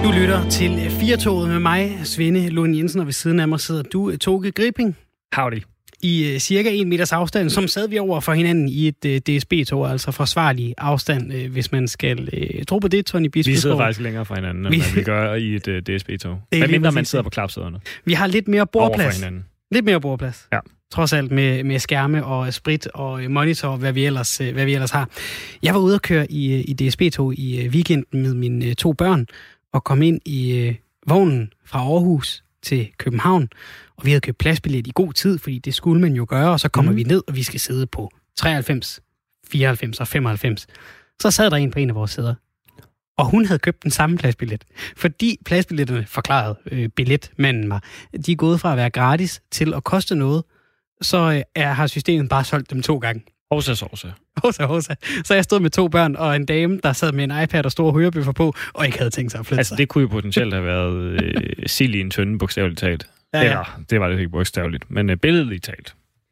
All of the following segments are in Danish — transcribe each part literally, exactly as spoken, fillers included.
Du lytter til Firtoget med mig, Svende Lund Jensen, og ved siden af mig sidder du, Toge Gripping. Howdy. I uh, cirka en meters afstand, som sad vi over for hinanden i et uh, D S B-tog, altså forsvarlig afstand, uh, hvis man skal uh, tro på det, Tony Bisbesgaard. Vi sidder faktisk længere fra hinanden, end vi, vi gør i et uh, D S B-tog. Hvad mindre man sidder på klapsæderne. Vi har lidt mere bordplads. Lidt mere bordplads. Ja. Trods alt med, med skærme og sprit og monitor, hvad vi ellers, hvad vi ellers har. Jeg var ude at køre i, i D S B-tog i uh, weekenden med mine uh, to børn, og kom ind i uh, vognen fra Aarhus til København. Og vi havde købt pladsbillet i god tid, fordi det skulle man jo gøre, og så kommer mm. vi ned, og vi skal sidde på treoghalvfems, fireoghalvfems og femoghalvfems. Så sad der en på en af vores sæder, og hun havde købt den samme pladsbillet. Fordi pladsbilletterne, forklarede øh, billetmanden mig, de er gået fra at være gratis til at koste noget, så øh, er, har systemet bare solgt dem to gange. Hosa, hosa. Hosa, hosa. Så jeg stod med to børn og en dame, der sad med en iPad og store hørebøffer på, og ikke havde tænkt sig at flytte altså, sig. det kunne jo potentielt have været øh, sild i en tønde, bogstaveligt talt. Ja, ja. Eller, det var det ikke bogstaveligt, men øh, billedligt talt.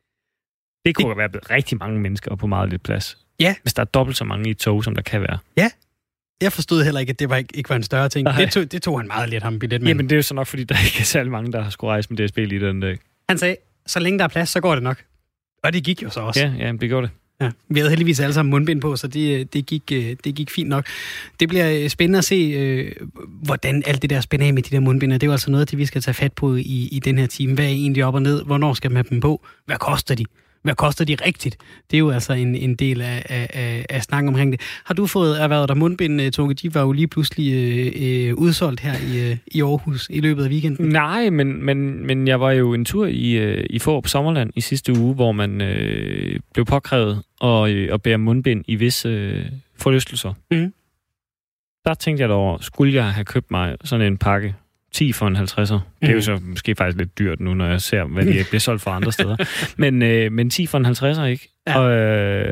Det kunne det... være rigtig mange mennesker på meget lidt plads. Ja. Hvis der er dobbelt så mange i et tog, som der kan være. Ja. Jeg forstod heller ikke, at det var ikke, ikke var en større ting. Det tog, det tog han meget lidt, ham billetmanden. Jamen, det er jo så nok, fordi der ikke er særlig mange, der har skulle rejse med D S B lige den dag. Han sagde, så længe der er plads, så går det nok. Og det gik jo så også. Ja, ja, det gjorde det. Ja, vi havde heldigvis alle sammen mundbind på, så det, det, gik, det gik fint nok. Det bliver spændende at se, hvordan alt det der spænder af med de der mundbind. Det er jo altså noget, det vi skal tage fat på i, i den her time. Hvad er egentlig op og ned? Hvornår skal man have dem på? Hvad koster de? Hvad koster de rigtigt? Det er jo altså en, en del af, af, af snakken omkring det. Har du fået erhvervet dig mundbind, Toge? De var jo lige pludselig øh, udsolgt her i, i Aarhus i løbet af weekenden. Nej, men, men, men jeg var jo en tur i, i Fårup Sommerland i sidste uge, hvor man øh, blev påkrævet at, øh, at bære mundbind i visse øh, forlystelser. Mm. Der tænkte jeg over, skulle jeg have købt mig sådan en pakke? ti for en halvtredser. Det er jo så måske faktisk lidt dyrt nu, når jeg ser, hvad de bliver solgt fra andre steder. Men, øh, men ti for en halvtredser, ikke? Ja. Og øh,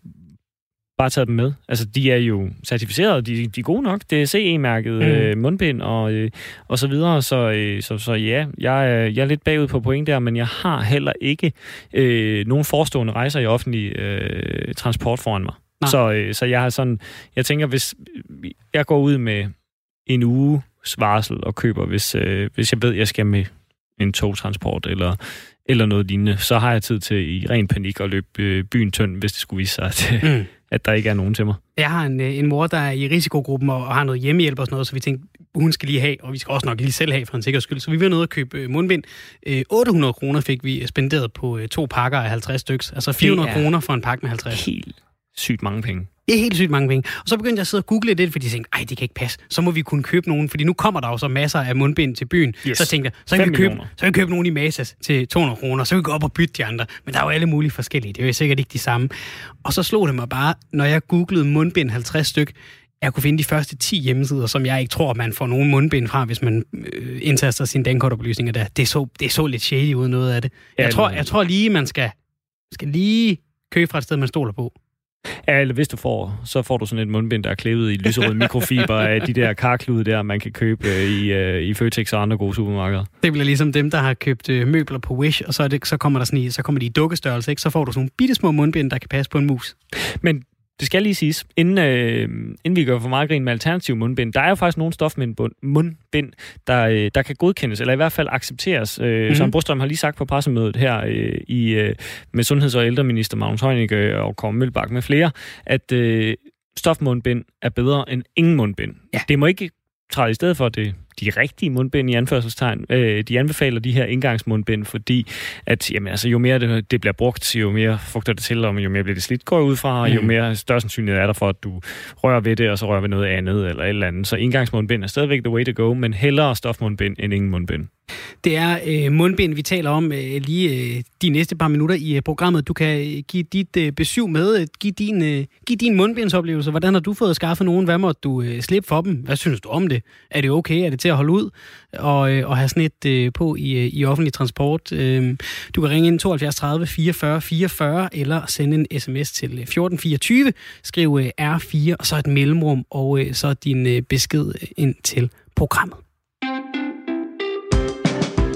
bare taget dem med. Altså, de er jo certificeret, de, de er gode nok. Det er C E-mærket mm. øh, mundbind og, øh, og så videre. Så, øh, så, så ja, jeg, jeg er lidt bagud på point der, men jeg har heller ikke øh, nogen forestående rejser i offentlig øh, transport foran mig. Så, øh, så jeg har sådan, jeg tænker, hvis jeg går ud med en uge varsel og køber, hvis, øh, hvis jeg ved, at jeg skal med en togtransport eller, eller noget lignende, så har jeg tid til i ren panik at løbe øh, byen tynd, hvis det skulle vise sig, at, mm. at der ikke er nogen til mig. Jeg har en, en mor, der er i risikogruppen og har noget hjemmehjælp og sådan noget, så vi tænkte, hun skal lige have, og vi skal også nok lige selv have for en sikkerheds skyld. Så vi var nødt at købe øh, mundbind. Øh, otte hundrede kroner fik vi spenderet på øh, to pakker af halvtreds stykker. Altså fire hundrede kroner for en pakke med halvtreds. Helt sygt mange penge. Det er helt sygt mange penge. Og så begyndte jeg at sidde og google det, fordi jeg tænkte, ej, det kan ikke passe. Så må vi kunne købe nogen, fordi nu kommer der jo så masser af mundbind til byen. Yes. Så tænkte jeg, så kan, vi købe, så kan vi købe nogen i Masas til to hundrede kroner, så kan vi gå op og bytte de andre. Men der er jo alle mulige forskellige, det er jo sikkert ikke de samme. Og så slog det mig bare, når jeg googlede mundbind halvtreds styk, jeg kunne finde de første ti hjemmesider, som jeg ikke tror, man får nogen mundbind fra, hvis man øh, indtaster sine dankortoplysninger der. Det så, det så lidt shady ud, noget af det. Jeg, ja, tror, jeg tror lige, man skal, skal lige købe fra et sted, man stoler på. Ja, eller hvis du får, så får du sådan et mundbind, der er klævet i lyserød mikrofiber af de der karklude der, man kan købe i, uh, i Føtex og andre gode supermarkeder. Det bliver ligesom dem, der har købt uh, møbler på Wish, og så, er det, så kommer der sådan i, så kommer de i dukkestørrelse, ikke? Så får du sådan nogle bittesmå mundbind, der kan passe på en mus. Men det skal lige siges, inden, øh, inden vi gør for meget grin med alternativ mundbind, der er jo faktisk nogle stofmundbind, der, øh, der kan godkendes, eller i hvert fald accepteres. Øh, mm-hmm. Som Brostrøm har lige sagt på pressemødet her øh, i, øh, med sundheds- og ældreminister Magnus Heunicke og Kåre Mølbak med flere, at øh, stofmundbind er bedre end ingen mundbind. Ja. Det må ikke træde i stedet for det. De rigtige mundbind i anførselstegn, øh, de anbefaler de her indgangsmundbind, fordi at, jamen, altså, jo mere det, det bliver brugt, jo mere fugter det til, og jo mere bliver det slidt, går ud fra, og jo mere større sandsynlighed er der for, at du rører ved det, og så rører ved noget andet, eller et eller andet. Så indgangsmundbind er stadigvæk the way to go, men hellere stofmundbind end ingen mundbind. Det er øh, mundbind, vi taler om øh, lige øh, de næste par minutter i øh, programmet. Du kan give dit øh, besøg med, øh, give, din, øh, give din mundbindsoplevelse. Hvordan har du fået skaffet nogen? Hvad må du øh, slippe for dem? Hvad synes du om det? Er det okay? Er det til at holde ud og, øh, og have sådan et øh, på i, øh, i offentlig transport? Øh, du kan ringe ind tooghalvfjerds tredive fireogfyrre fireogfyrre eller sende en sms til fjorten fireogtyve. Skriv øh, R fire og så et mellemrum og øh, så din øh, besked ind til programmet.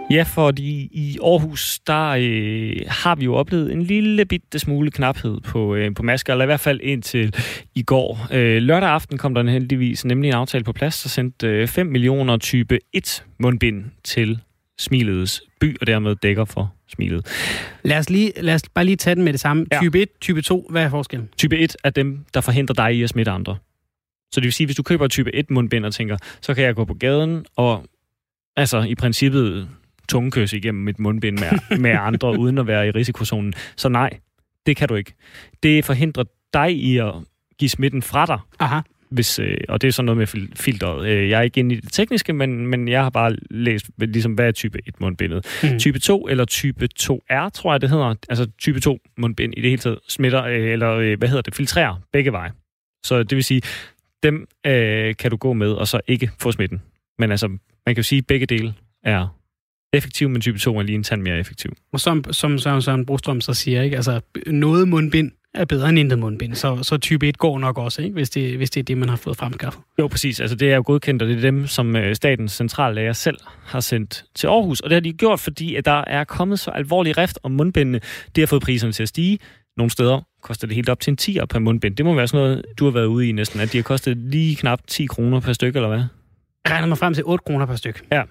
Ja, fordi i Aarhus, der øh, har vi jo oplevet en lille bitte smule knaphed på, øh, på masker, eller i hvert fald indtil i går. Øh, lørdag aften kom der heldigvis nemlig en aftale på plads, der sendte øh, fem millioner type et mundbind til Smilets by, og dermed dækker for Smilet. Lad os, lige, lad os bare lige tage den med det samme. Ja. Type et, type to, hvad er forskellen? Type et er dem, der forhindrer dig i at smitte andre. Så det vil sige, hvis du køber type et mundbind og tænker, så kan jeg gå på gaden og altså i princippet tungekys igennem mit mundbind med, med andre, uden at være i risikozonen. Så nej, det kan du ikke. Det forhindrer dig i at give smitten fra dig. Aha. Hvis, øh, og det er sådan noget med filteret. Jeg er ikke inde i det tekniske, men, men jeg har bare læst, ligesom, hvad er type et mundbindet. Mm. Type to eller type to R, tror jeg det hedder. Altså type to mundbind i det hele taget smitter, øh, eller øh, hvad hedder det, filtrerer begge veje. Så det vil sige, dem øh, kan du gå med, og så ikke få smitten. Men altså, man kan jo sige, at begge dele er effektiv, men type to er lige en tand mere effektiv. Og som, som Søren, Søren Brostrøm så siger, ikke? Altså, noget mundbind er bedre end intet mundbind, så, så type et går nok også, ikke? Hvis, det, hvis det er det, man har fået fremskaffet. Jo, præcis. Altså, det er jo godkendt, og det er dem, som statens centrallager selv har sendt til Aarhus. Og det har de gjort, fordi at der er kommet så alvorlig rift om mundbindene. Det har fået priserne til at stige. Nogle steder koster det helt op til en tier per mundbind. Det må være sådan noget, du har været ude i næsten, at de har kostet lige knap ti kroner per stykke, eller hvad? Jeg regner mig frem til otte kroner per styk. Ja,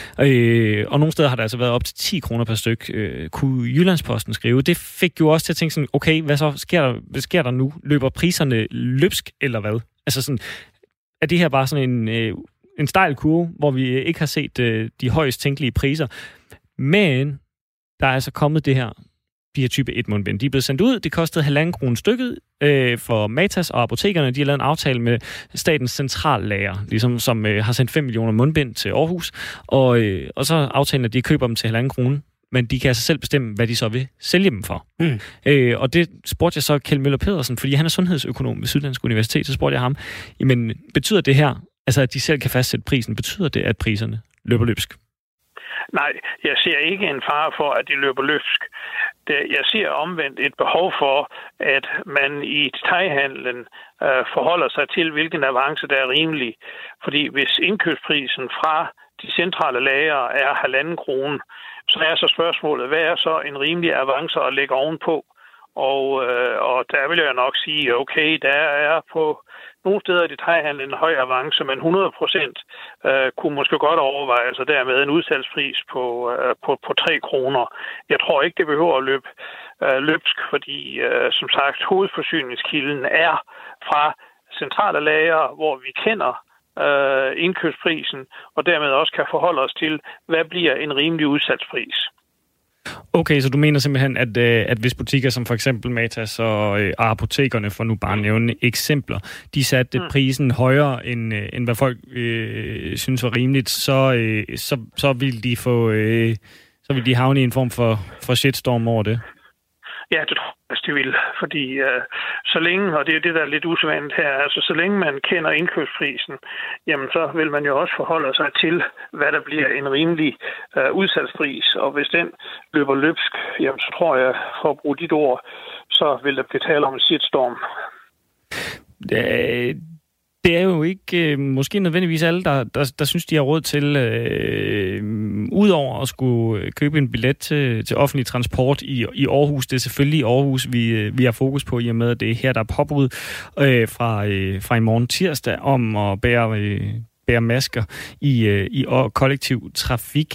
øh, og nogle steder har det altså været op til ti kroner per styk, øh, kunne Jyllandsposten skrive. Det fik jo også til at tænke sådan, okay, hvad så sker der, hvad sker der nu? Løber priserne løbsk, eller hvad? Altså sådan, er det her bare sådan en, øh, en stejl kurve, hvor vi ikke har set øh, de højst tænkelige priser? Men der er altså kommet det her, de her type et mundbind. De er blevet sendt ud. Det kostede halvanden kroner stykket øh, for Matas og apotekerne. De har lavet en aftale med statens centrallager, ligesom, som øh, har sendt fem millioner mundbind til Aarhus. Og, øh, og så aftalen, at de køber dem til halvanden kroner. Men de kan altså selv bestemme, hvad de så vil sælge dem for. Mm. Øh, og det spurgte jeg så Kjeld Møller Pedersen, fordi han er sundhedsøkonom ved Syddansk Universitet, så spurgte jeg ham, men betyder det her, altså at de selv kan fastsætte prisen, betyder det, at priserne løber løbsk? Nej, jeg ser ikke en fare for, at de løber løbsk. Jeg ser omvendt et behov for, at man i detailhandlen øh, forholder sig til, hvilken avance der er rimelig. Fordi hvis indkøbsprisen fra de centrale lager er halvanden krone, så er så spørgsmålet, hvad er så en rimelig avance at lægge ovenpå? Og, øh, og der vil jeg nok sige, okay, der er på nogle steder i detailhandlen en høj avance, men hundrede procent øh, kunne måske godt overveje, altså dermed en udsalgspris på, øh, på, på tre kroner. Jeg tror ikke, det behøver at løbe øh, løbsk, fordi øh, som sagt, hovedforsyningskilden er fra centrale lager, hvor vi kender øh, indkøbsprisen, og dermed også kan forholde os til, hvad bliver en rimelig udsalgspris. Okay, så du mener simpelthen, at, at hvis butikker som for eksempel Matas og øh, apotekerne, for nu bare at nævne eksempler, de satte mm. prisen højere, end, øh, end hvad folk øh, synes var rimeligt, så, øh, så, så vil de få, øh, så vil de havne i en form for, for shitstorm over det? Ja, det tror jeg, de vil, fordi øh, så længe, og det er det, der er lidt usædvanligt her, altså så længe man kender indkøbsprisen, jamen så vil man jo også forholde sig til, hvad der bliver en rimelig øh, udsalgspris, og hvis den løber løbsk, jamen så tror jeg, for at bruge dit ord, så vil der blive tale om en shitstorm. Det, det er jo ikke øh, måske nødvendigvis alle, der, der, der synes, de har råd til, øh, udover at skulle købe en billet til, til offentlig transport i, i Aarhus. Det er selvfølgelig i Aarhus, vi, vi har fokus på, i og med, at det er her, der er påbud øh, fra, øh, fra i morgen tirsdag om at bære, øh, bære masker i, øh, i kollektiv trafik.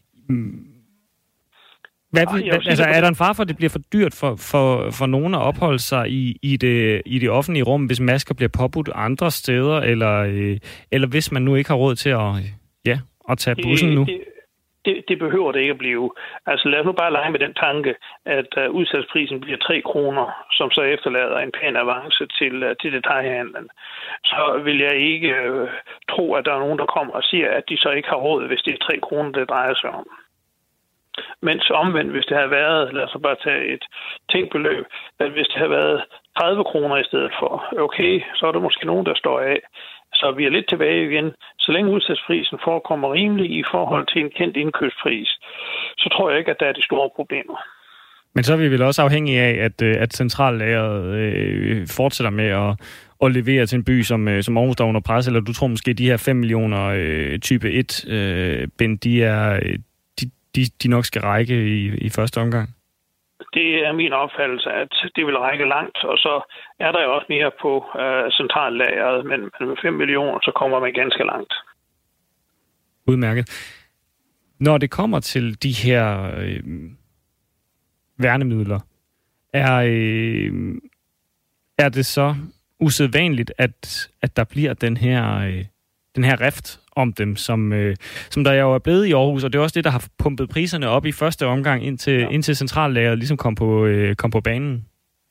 Hvad, hvad, altså, er der en fare for, at det bliver for dyrt for, for, for nogen at opholde sig i, i, det, i det offentlige rum, hvis masker bliver påbudt andre steder, eller, øh, eller hvis man nu ikke har råd til at, ja, at tage bussen nu? Det, det, det behøver det ikke at blive. Altså lad os nu bare lege med den tanke, at uh, udsalgsprisen bliver tre kroner, som så efterlader en pæn avance til, uh, til detailhandlen. Så vil jeg ikke uh, tro, at der er nogen, der kommer og siger, at de så ikke har råd, hvis det er tre kroner, det drejer sig om. Mens omvendt, hvis det havde været, lad os bare tage et tænkbeløb, at hvis det havde været tredive kroner i stedet for, okay, så er der måske nogen, der står af. Så vi er lidt tilbage igen. Så længe udsalgsprisen forekommer rimelig i forhold til en kendt indkøbspris, så tror jeg ikke, at der er de store problemer. Men så er vi vel også afhængige af, at, at centrallageret øh, fortsætter med at, at levere til en by som, som Aarhus, der under pres, eller du tror måske, de her fem millioner øh, type et øh, bind, de er... de, de nok skal række i, i første omgang? Det er min opfattelse, at det vil række langt, og så er der jo også mere på øh, centrallageret, men med fem millioner, så kommer man ganske langt. Udmærket. Når det kommer til de her øh, værnemidler, er, øh, er det så usædvanligt, at, at der bliver den her, øh, den her rift om dem, som, øh, som der jo er blevet i Aarhus, og det er også det, der har pumpet priserne op i første omgang, indtil, ja. indtil centrallageret ligesom kom på, øh, kom på banen.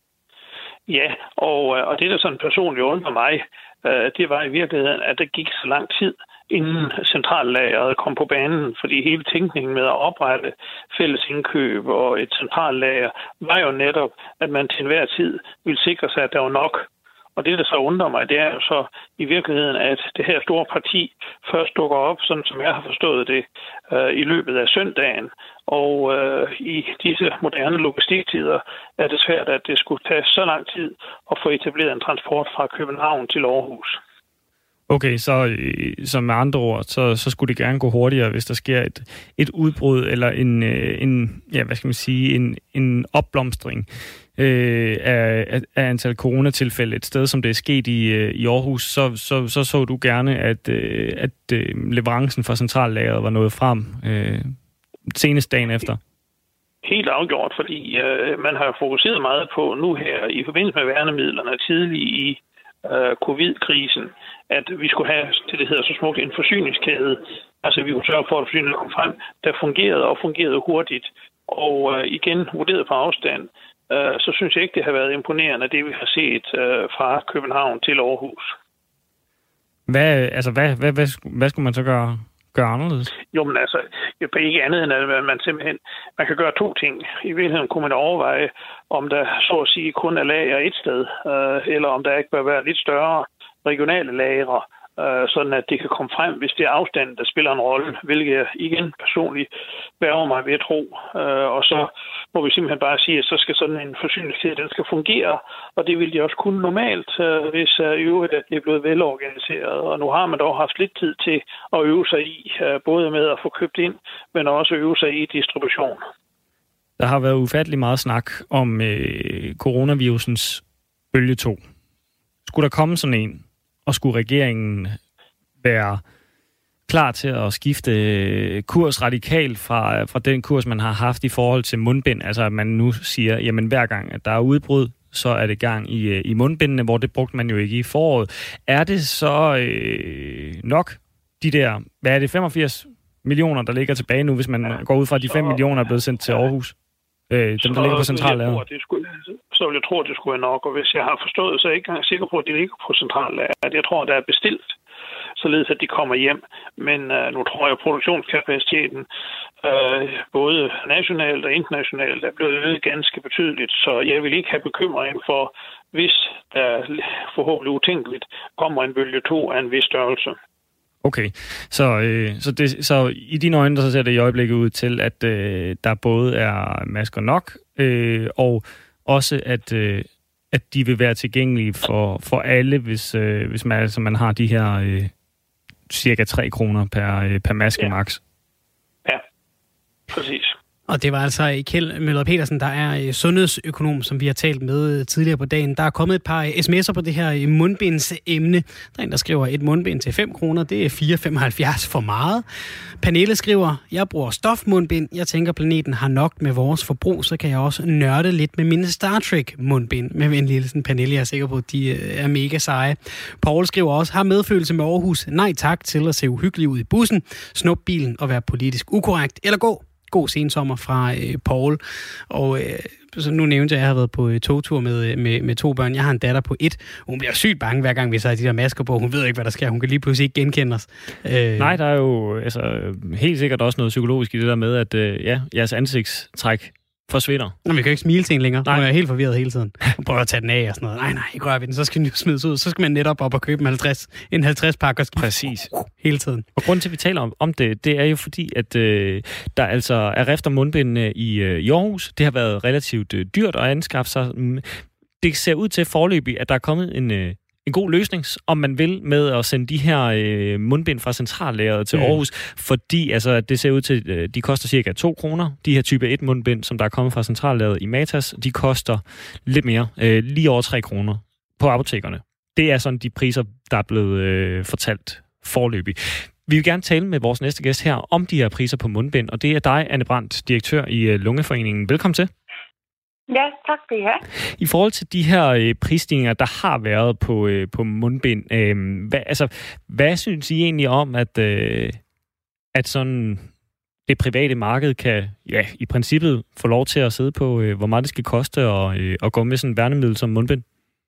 Ja, og, og det, der sådan personligt undrer mig, øh, det var i virkeligheden, at det gik så lang tid, inden centrallageret kom på banen, fordi hele tænkningen med at oprette fælles indkøb og et centrallager var jo netop, at man til enhver tid ville sikre sig, at der var nok. Og det, der så undrer mig, det er jo så i virkeligheden, at det her store parti først dukker op, sådan som jeg har forstået det, øh, i løbet af søndagen. Og øh, i disse moderne logistiktider er det svært, at det skulle tage så lang tid at få etableret en transport fra København til Aarhus. Okay, så, så med andre ord, så, så skulle det gerne gå hurtigere, hvis der sker et, et udbrud eller en, en, ja, hvad skal man sige, en, en opblomstring øh, af, af antal coronatilfælde et sted, som det er sket i, i Aarhus, så så, så, så du gerne, at, at leverancen fra centrallageret var nået frem øh, senest dagen efter? Helt afgjort, fordi øh, man har fokuseret meget på nu her i forbindelse med værnemidlerne tidligt i øh, covid-krisen, at vi skulle have det, der hedder så smukt en forsyningskæde. Altså vi kunne sørge for, at forsyningen kom frem, der fungerede og fungerede hurtigt. Og øh, igen, vurderet på afstand, øh, så synes jeg ikke, det har været imponerende, det vi har set øh, fra København til Aarhus. Hvad, altså, hvad, hvad, hvad, hvad skulle man så gøre, gøre anderledes? Jo, men altså, ikke andet end, at man simpelthen, man kan gøre to ting. I virkeligheden kunne man overveje, om der så at sige kun er lager et sted, øh, eller om der ikke bør være lidt større regionale lagre, øh, sådan at det kan komme frem, hvis det er afstanden, der spiller en rolle, hvilket jeg igen personligt bærer mig ved at tro. Øh, og så må vi simpelthen bare sige, at så skal sådan en forsyningskæde, den skal fungere, og det vil de også kunne normalt, øh, hvis øh, øvrigt, at det er blevet velorganiseret. Og nu har man dog haft lidt tid til at øve sig i, øh, både med at få købt ind, men også øve sig i distribution. Der har været ufattelig meget snak om øh, coronavirusens bølge to. Skulle der komme sådan en, og skulle regeringen være klar til at skifte kurs radikalt fra, fra den kurs, man har haft i forhold til mundbind? Altså at man nu siger, jamen hver gang, at der er udbrud, så er det gang i, i mundbindene, hvor det brugte man jo ikke i foråret. Er det så øh, nok de der, hvad er det, femogfirs millioner, der ligger tilbage nu, hvis man ja, går ud fra, at de fem millioner er blevet sendt til Aarhus? Øh, dem, der ligger på centrallager. Så vil jeg tro, at det skulle være nok, og hvis jeg har forstået, så er jeg ikke engang sikker på, at de ligger på centrallager. Jeg tror, der er bestilt, således at de kommer hjem. Men øh, nu tror jeg, at produktionskapaciteten, øh, både nationalt og internationalt, er blevet øget ganske betydeligt. Så jeg vil ikke have bekymring for, hvis der forhåbentlig utænkeligt kommer en bølge to af en vis størrelse. Okay, så, øh, så, det, så i dine øjne, så ser det i øjeblikket ud til, at øh, der både er masker nok, øh, og også at, øh, at de vil være tilgængelige for, for alle, hvis, øh, hvis man, altså, man har de her øh, cirka tre kroner per, øh, per maske ja. max. Ja, præcis. Og det var altså Kjeld Møller Petersen, der er sundhedsøkonom, som vi har talt med tidligere på dagen. Der er kommet et par sms'er på det her mundbindsemne. Der er en, der skriver, et mundbind til fem kroner, det er fire femoghalvfjerds for meget. Pernille skriver, jeg bruger stofmundbind. Jeg tænker, planeten har nok med vores forbrug, så kan jeg også nørde lidt med mine Star Trek mundbind. Med venlig hilsen, Pernille, jeg er sikker på, at de er mega seje. Paul skriver også, har medfølelse med Aarhus. Nej tak til at se uhyggelig ud i bussen, snup bilen og være politisk ukorrekt, eller gå. God sensommer fra øh, Paul. Og øh, så nu nævnte jeg, at jeg har været på øh, togtur med, med, med to børn. Jeg har en datter på et. Hun bliver sygt bange, hver gang vi så har de der masker på. Hun ved ikke, hvad der sker. Hun kan lige pludselig ikke genkende os. Øh... Nej, der er jo altså, helt sikkert også noget psykologisk i det der med, at øh, ja, jeres ansigtstræk forsvinder. Nå, vi kan jo ikke smile til en længere. Nej. Hun er helt forvirret hele tiden. Hun prøver at tage den af og sådan noget. Nej, nej, ikke rør ved den. Så skal den jo smides ud. Så skal man netop op og købe en halvtreds, en halvtreds pakker. Præcis. Hele tiden. Og grunden til, at vi taler om, om det, det er jo fordi, at øh, der altså er rift om mundbindene i, øh, i Aarhus. Det har været relativt øh, dyrt at anskaffe sig. Det ser ud til forløbig, at der er kommet en, øh, en god løsning, om man vil, med at sende de her øh, mundbind fra centrallageret til mm. Aarhus, fordi altså, det ser ud til, øh, de koster cirka to kroner. De her type et mundbind, som der er kommet fra centrallageret i Matas, de koster lidt mere, øh, lige over tre kroner på apotekerne. Det er sådan de priser, der er blevet øh, fortalt forløbig. Vi vil gerne tale med vores næste gæst her om de her priser på mundbind, og det er dig, Anne Brandt, direktør i øh, Lungeforeningen. Velkommen til. Ja, tak skal I have. I forhold til de her øh, prisstigninger, der har været på, øh, på mundbind, øh, hvad, altså, hvad synes I egentlig om, at, øh, at sådan det private marked kan ja, i princippet få lov til at sidde på, øh, hvor meget det skal koste og, øh, at gå med sådan en værnemiddel som mundbind?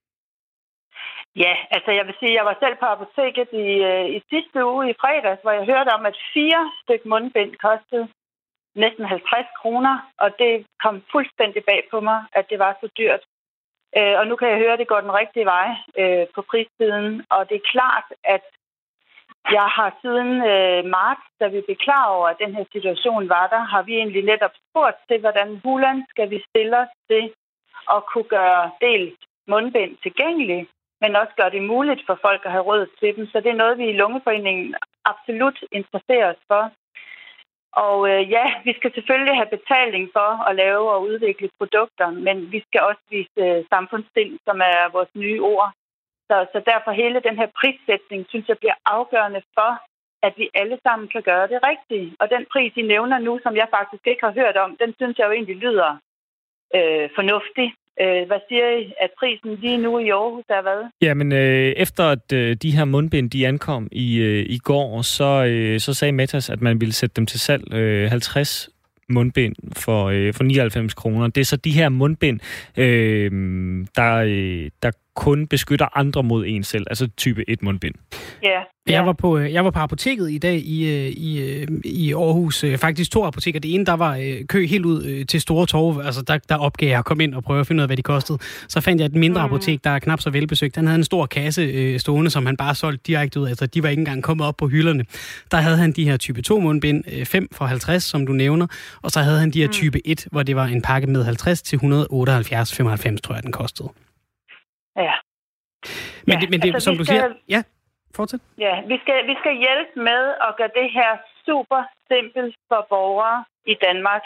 Ja, altså jeg vil sige, jeg var selv på apoteket i, øh, i sidste uge i fredags, hvor jeg hørte om, at fire stykker mundbind kostede næsten halvtreds kroner, og det kom fuldstændig bag på mig, at det var så dyrt. Øh, og nu kan jeg høre, at det går den rigtige vej øh, på prissiden, og det er klart, at jeg har siden øh, marts, da vi blev klar over, at den her situation var der, har vi egentlig netop spurgt til, hvordan hulen skal vi stille os til at kunne gøre dels mundbind tilgængelige, men også gøre det muligt for folk at have råd til dem. Så det er noget, vi i Lungeforeningen absolut interesserer os for. Og øh, ja, vi skal selvfølgelig have betaling for at lave og udvikle produkter, men vi skal også vise øh, samfundssind, som er vores nye ord. Så, så derfor hele den her prissætning, synes jeg, bliver afgørende for, at vi alle sammen kan gøre det rigtigt. Og den pris, I nævner nu, som jeg faktisk ikke har hørt om, den synes jeg jo egentlig lyder øh, fornuftig. Hvad siger I, at prisen lige nu i Aarhus er hvad? Jamen, øh, efter at øh, de her mundbind, de ankom i, øh, i går, så, øh, så sagde Matas, at man ville sætte dem til salg øh, halvtreds mundbind for, øh, for nioghalvfems kroner. Det er så de her mundbind, øh, der, øh, der kun beskytter andre mod en selv, altså type et mundbind. Ja. Yeah. Jeg var på jeg var på apoteket i dag i i i Aarhus. Faktisk to apoteker. Det ene, der var kø helt ud til Store Torv. Altså der der opgav jeg at komme ind og prøve at finde ud af, hvad de kostede. Så fandt jeg et mindre mm. apotek, der er knap så velbesøgt. Han havde en stor kasse stående, som han bare solgte direkte ud. Altså de var ikke engang kommet op på hylderne. Der havde han de her type to mundbind, fem for halvtreds, som du nævner, og så havde han de her type et, hvor det var en pakke med halvtreds til et hundrede og otteoghalvfjerds komma femoghalvfems, tror jeg, den kostede. Ja. Men ja, det, men det altså, som du skal, siger, ja, fortsæt. Ja, vi skal, vi skal hjælpe med at gøre det her super simpelt for borgere i Danmark.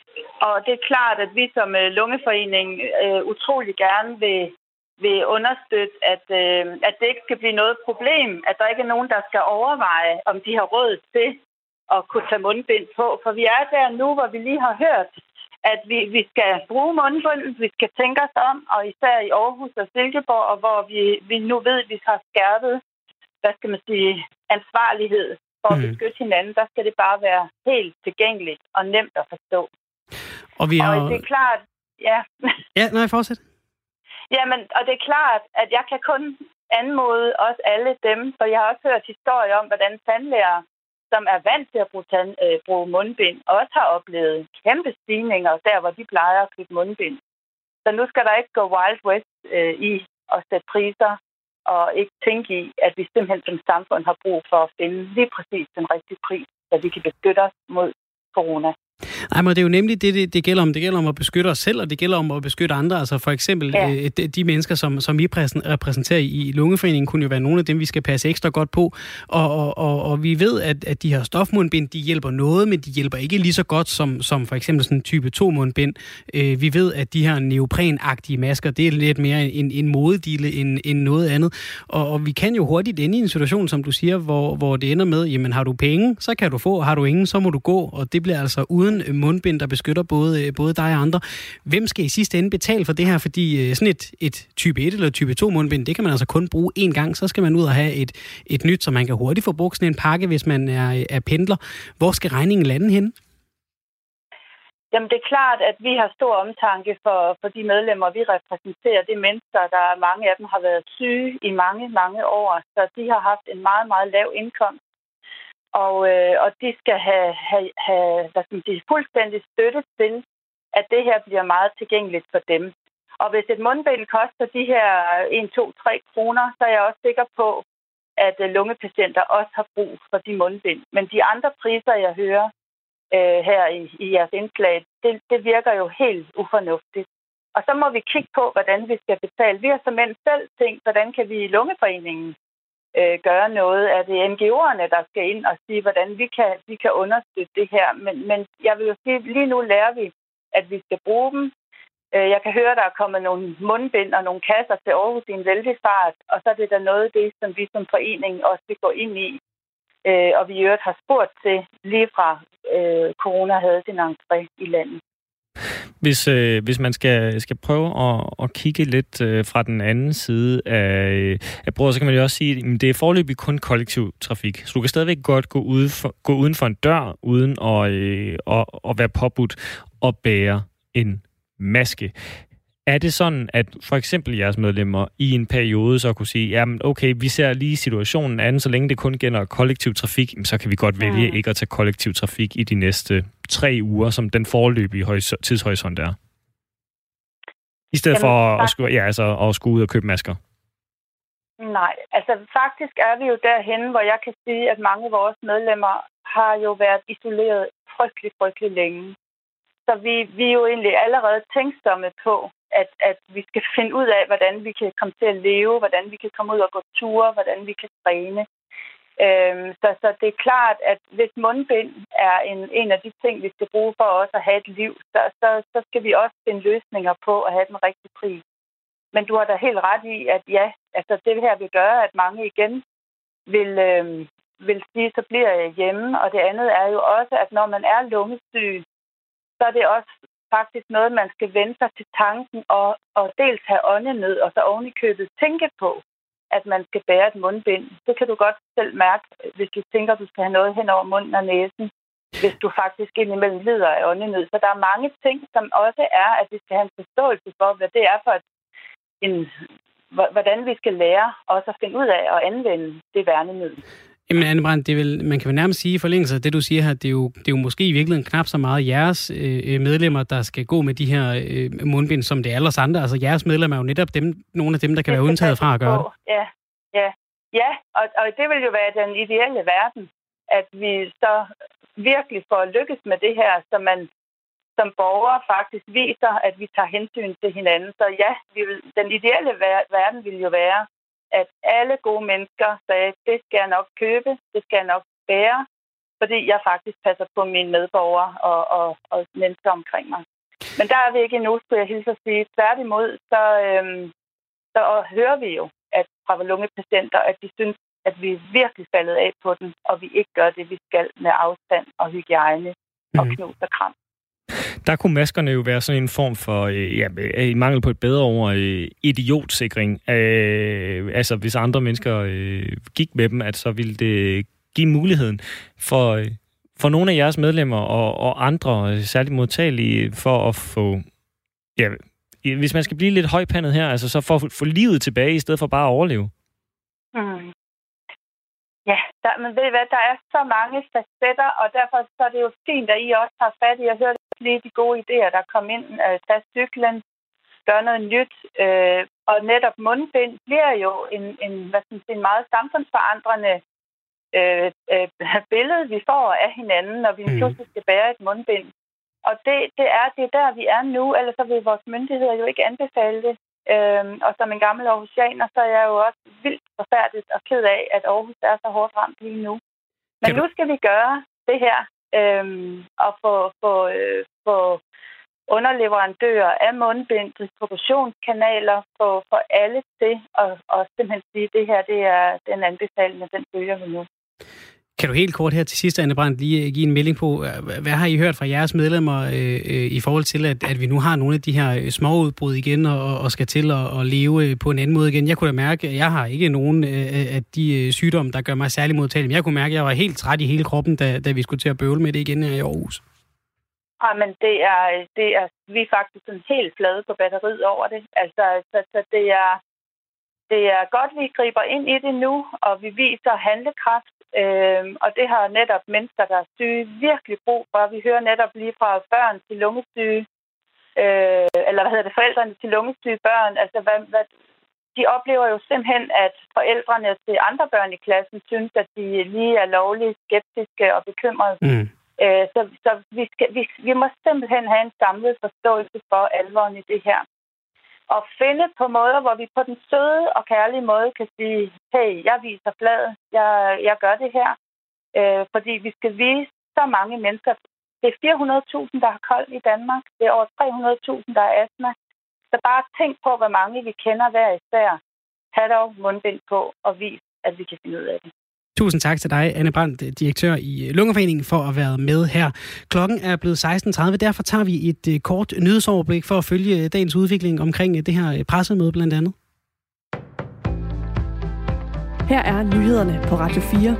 Og det er klart, at vi som uh, Lungeforening uh, utrolig gerne vil, vil understøtte, at, uh, at det ikke skal blive noget problem, at der ikke er nogen, der skal overveje, om de har råd til at kunne tage mundbind på. For vi er der nu, hvor vi lige har hørt, at vi, vi skal bruge mundbind, vi skal tænke os om, og især i Aarhus og Silkeborg, og hvor vi, vi nu ved, at vi har skærpet, hvad skal man sige, ansvarlighed for at beskytte hinanden, der skal det bare være helt tilgængeligt og nemt at forstå. Og, vi har... og det er klart, ja. Ja, nej, fortsæt. Jamen, og det er klart, at jeg kan kun anmode også alle dem, for jeg har også hørt historier om, hvordan tandlæger, som er vant til at bruge, tand, øh, bruge mundbind, også har oplevet kæmpe stigninger der, hvor de plejer at købe mundbind. Så nu skal der ikke gå Wild West øh, i at sætte priser, og ikke tænke i, at vi simpelthen som samfund har brug for at finde lige præcis den rigtige pris, så vi kan beskytte os mod corona. Nej, men det er jo nemlig det, det, det gælder om. Det gælder om at beskytte os selv, og det gælder om at beskytte andre. Altså for eksempel ja. øh, de, de mennesker, som, som I repræsenterer i Lungeforeningen, kunne jo være nogle af dem, vi skal passe ekstra godt på. Og, og, og, og vi ved, at, at de her stofmundbind, de hjælper noget, men de hjælper ikke lige så godt som, som for eksempel sådan en type to mundbind. Øh, vi ved, at de her neoprenagtige masker, det er lidt mere en, en modedille end, end noget andet. Og, og vi kan jo hurtigt ende i en situation, som du siger, hvor, hvor det ender med, jamen har du penge, så kan du få, har du ingen, så må du gå. Og det bliver altså uden mundbind, der beskytter både, både dig og andre. Hvem skal i sidste ende betale for det her? Fordi sådan et, et type et eller type to mundbind, det kan man altså kun bruge én gang. Så skal man ud og have et, et nyt, så man kan hurtigt få brugt sådan en pakke, hvis man er, er pendler. Hvor skal regningen lande henne? Jamen det er klart, at vi har stor omtanke for, for de medlemmer, vi repræsenterer. Det er mennesker, der mange af dem har været syge i mange, mange år. Så de har haft en meget, meget lav indkomst. Og, øh, og de skal have, have, have hvad skal man sige, fuldstændig støtte til, at det her bliver meget tilgængeligt for dem. Og hvis et mundbind koster de her en, to, tre kroner, så er jeg også sikker på, at lungepatienter også har brug for de mundbind. Men de andre priser, jeg hører øh, her i, i jeres indslag, det, det virker jo helt ufornuftigt. Og så må vi kigge på, hvordan vi skal betale. Vi har simpelthen selv tænkt, hvordan kan vi i Lungeforeningen øh, gøre noget? Er det N G O'erne, der skal ind og sige, hvordan vi kan, vi kan understøtte det her? Men, men jeg vil jo sige, lige nu lærer vi, at vi skal bruge dem. Jeg kan høre, der er kommet nogle mundbind og nogle kasser til Aarhus i en vældig fart, og så er det da noget af det, som vi som forening også vil gå ind i. Og vi i øvrigt har spurgt til lige fra øh, corona havde sin entré i landet. Hvis, øh, hvis man skal, skal prøve at, at kigge lidt øh, fra den anden side af, af bordet, så kan man jo også sige, at det er foreløbig kun kollektiv trafik. Så du kan stadigvæk godt gå, ude for, gå uden for en dør, uden at, øh, at, at være påbudt og bære en maske. Er det sådan, at for eksempel jeres medlemmer i en periode så kunne sige, jamen okay, vi ser lige situationen an, så længe det kun gælder kollektiv trafik, så kan vi godt vælge mm. ikke at tage kollektiv trafik i de næste tre uger, som den foreløbige tidshorisont er? I stedet jamen, for at, at, skulle, ja, altså, at skulle ud og købe masker? Nej, altså faktisk er vi jo derhenne, hvor jeg kan sige, at mange af vores medlemmer har jo været isoleret frygtelig, frygtelig længe. Så vi, vi er jo egentlig allerede tænksomme på, at, at vi skal finde ud af, hvordan vi kan komme til at leve, hvordan vi kan komme ud og gå ture, hvordan vi kan træne. Øhm, så, så det er klart, at hvis mundbind er en, en af de ting, vi skal bruge for også at have et liv, så, så, så skal vi også finde løsninger på at have den rigtige pris. Men du har da helt ret i, at ja, altså det her vil gøre, at mange igen vil, øhm, vil sige, så bliver jeg hjemme. Og det andet er jo også, at når man er lungesyg, så er det også faktisk noget, man skal vende sig til tanken og, og dels have åndenød, og så oven i købet tænke på, at man skal bære et mundbind. Det kan du godt selv mærke, hvis du tænker, at du skal have noget hen over munden og næsen, hvis du faktisk indimellem lider af åndenød. Så der er mange ting, som også er, at vi skal have en forståelse for, hvad det er for et, en, hvordan vi skal lære også at finde ud af at anvende det værnemiddel. Jamen, Anne Brandt, det er vel, man kan vel nærmest sige i forlængelse af det, du siger her, det er jo, det er jo måske i virkeligheden knap så meget jeres øh, medlemmer, der skal gå med de her øh, mundbind, som det er alle andre. Altså, jeres medlemmer er jo netop dem, nogle af dem, der kan være undtaget fra at gøre det. Ja, ja, ja, og, og det vil jo være den ideelle verden, at vi så virkelig får lykkes med det her, så man som borger faktisk viser, at vi tager hensyn til hinanden. Så ja, vi vil, den ideelle ver- verden vil jo være, at alle gode mennesker sagde, det skal jeg nok købe, det skal jeg nok bære, fordi jeg faktisk passer på mine medborgere og, og, og mennesker omkring mig. Men der er vi ikke endnu, skulle jeg hilse at sige. Tværtimod, så, øhm, så hører vi jo at fra lungepatienter, at de synes, at vi er virkelig faldet af på den, og vi ikke gør det, vi skal med afstand og hygiejne og knus og kram. Der kunne maskerne jo være sådan en form for, øh, ja, i mangel på et bedre ord, øh, idiotsikring. Øh, altså, hvis andre mennesker øh, gik med dem, at så ville det give muligheden for, øh, for nogle af jeres medlemmer og, og andre, øh, særligt modtagelige, for at få, ja, hvis man skal blive lidt højpandet her, altså så for at få livet tilbage, i stedet for bare at overleve. Mm. Ja, der, men ved I hvad, der er så mange facetter, og derfor så er det jo fint, at I også har fat i. Jeg hørte lige de gode idéer, der kom ind. Øh, tag cyklen, gør noget nyt, øh, og netop mundbind bliver jo en, en, hvad skal man sige, en meget samfundsforandrende øh, øh, billede, vi får af hinanden, når vi mm. pludselig skal bære et mundbind. Og det, det, er, det er der, vi er nu, ellers så vil vores myndigheder jo ikke anbefale det. Øhm, og som en gammel aarhusianer, så er jeg jo også vildt forfærdeligt og ked af, at Aarhus er så hårdt ramt lige nu. Men nu skal vi gøre det her, øhm, og få, få, øh, få underleverandører af mundbind, distributionskanaler, få, få alle til, og, og simpelthen sige, at det her det er den anbefaling, og den følger vi nu. Kan du helt kort her til sidst, Anne Brandt, lige give en melding på, hvad har I hørt fra jeres medlemmer øh, øh, i forhold til, at, at vi nu har nogle af de her småudbrud igen, og, og skal til at, at leve på en anden måde igen? Jeg kunne da mærke, at jeg har ikke nogen øh, af de sygdomme, der gør mig særlig modtagelig, men jeg kunne mærke, at jeg var helt træt i hele kroppen, da, da vi skulle til at bøvle med det igen her i Aarhus. Ja, men det er, det er, vi er faktisk sådan helt flade på batteriet over det. Altså, så, så det er, det er godt, vi griber ind i det nu, og vi viser handlekraft. Øhm, og det har netop mennesker, der er syge, virkelig brug for. Vi hører netop lige fra børn til lungesyge, øh, eller hvad hedder det, forældrene til lungesyge børn. Altså, hvad, hvad, de oplever jo simpelthen, at forældrene til andre børn i klassen synes, at de lige er lovligt skeptiske og bekymrede. Mm. Øh, så så vi, skal, vi, vi må simpelthen have en samlet forståelse for alvoren i det her. at finde på måder, hvor vi på den søde og kærlige måde kan sige, hey, jeg viser flaget, jeg, jeg gør det her. Øh, fordi vi skal vise så mange mennesker. Det er fire hundrede tusind, der har koldt i Danmark. Det er over tre hundrede tusind, der er astma. Så bare tænk på, hvor mange vi kender hver især. Tag dog mundbind på og vis, at vi kan finde ud af det. Tusind tak til dig, Anne Brandt, direktør i Lungeforeningen, for at være med her. Klokken er blevet seksten tredive, derfor tager vi et kort nyhedsoverblik for at følge dagens udvikling omkring det her pressemøde blandt andet. Her er nyhederne på Radio fire.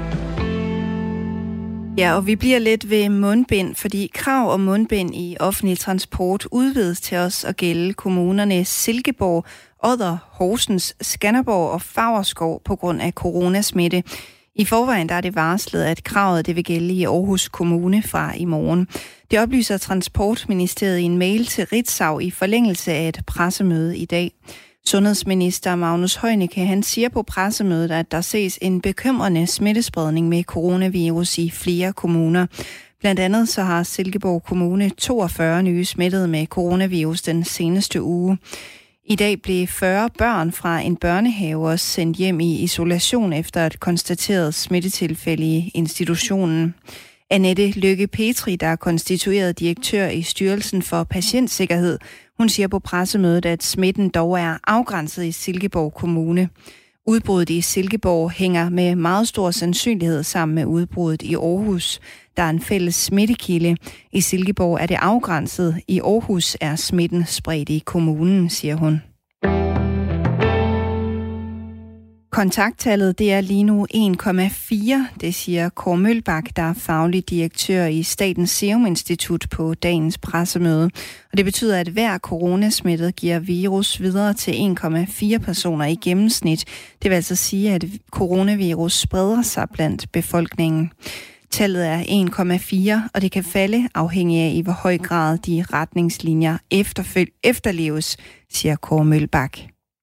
Ja, og vi bliver lidt ved mundbind, fordi krav om mundbind i offentlig transport udvides til os at gælde kommunerne Silkeborg, Odder, Horsens, Skanderborg og Favrskov på grund af coronasmitte. I forvejen der er det varslet, at kravet det vil gælde i Aarhus Kommune fra i morgen. Det oplyser Transportministeriet i en mail til Ritzau i forlængelse af et pressemøde i dag. Sundhedsminister Magnus Heunicke, han siger på pressemødet, at der ses en bekymrende smittespredning med coronavirus i flere kommuner. Blandt andet så har Silkeborg Kommune toogfyrre nye smittede med coronavirus den seneste uge. I dag blev fyrre børn fra en børnehave også sendt hjem i isolation efter et konstateret smittetilfælde i institutionen. Annette Lykke Petri, der er konstitueret direktør i Styrelsen for Patientsikkerhed, hun siger på pressemødet, at smitten dog er afgrænset i Silkeborg Kommune. Udbruddet i Silkeborg hænger med meget stor sandsynlighed sammen med udbruddet i Aarhus. Der er en fælles smittekilde. I Silkeborg er det afgrænset. I Aarhus er smitten spredt i kommunen, siger hun. Kontakttallet det er lige nu en komma fire, det siger Kåre Mølbak, der er faglig direktør i Statens Serum Institut på dagens pressemøde. Og det betyder, at hver coronasmittet giver virus videre til en komma fire personer i gennemsnit. Det vil altså sige, at coronavirus spreder sig blandt befolkningen. Tallet er en komma fire, og det kan falde afhængig af, i hvor høj grad de retningslinjer efterføl- efterleves, siger Kåre Mølbak.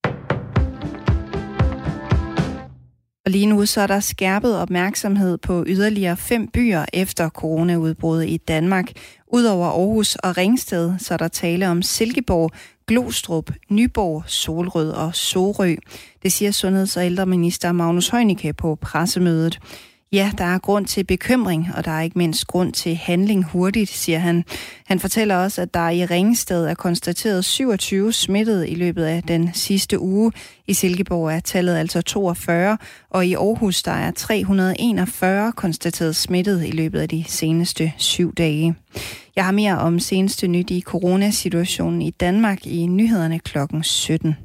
Og lige nu så er der skærpet opmærksomhed på yderligere fem byer efter coronaudbruddet i Danmark. Udover Aarhus og Ringsted, så er der tale om Silkeborg, Glostrup, Nyborg, Solrød og Sorø. Det siger sundheds- og ældreminister Magnus Heunicke på pressemødet. Ja, der er grund til bekymring, og der er ikke mindst grund til handling hurtigt, siger han. Han fortæller også, at der i Ringsted er konstateret syvogtyve smittede i løbet af den sidste uge. I Silkeborg er tallet altså toogfyrre, og i Aarhus der er tre hundrede og enogfyrre konstateret smittede i løbet af de seneste syv dage. Jeg har mere om seneste nyt i coronasituationen i Danmark i nyhederne klokken sytten.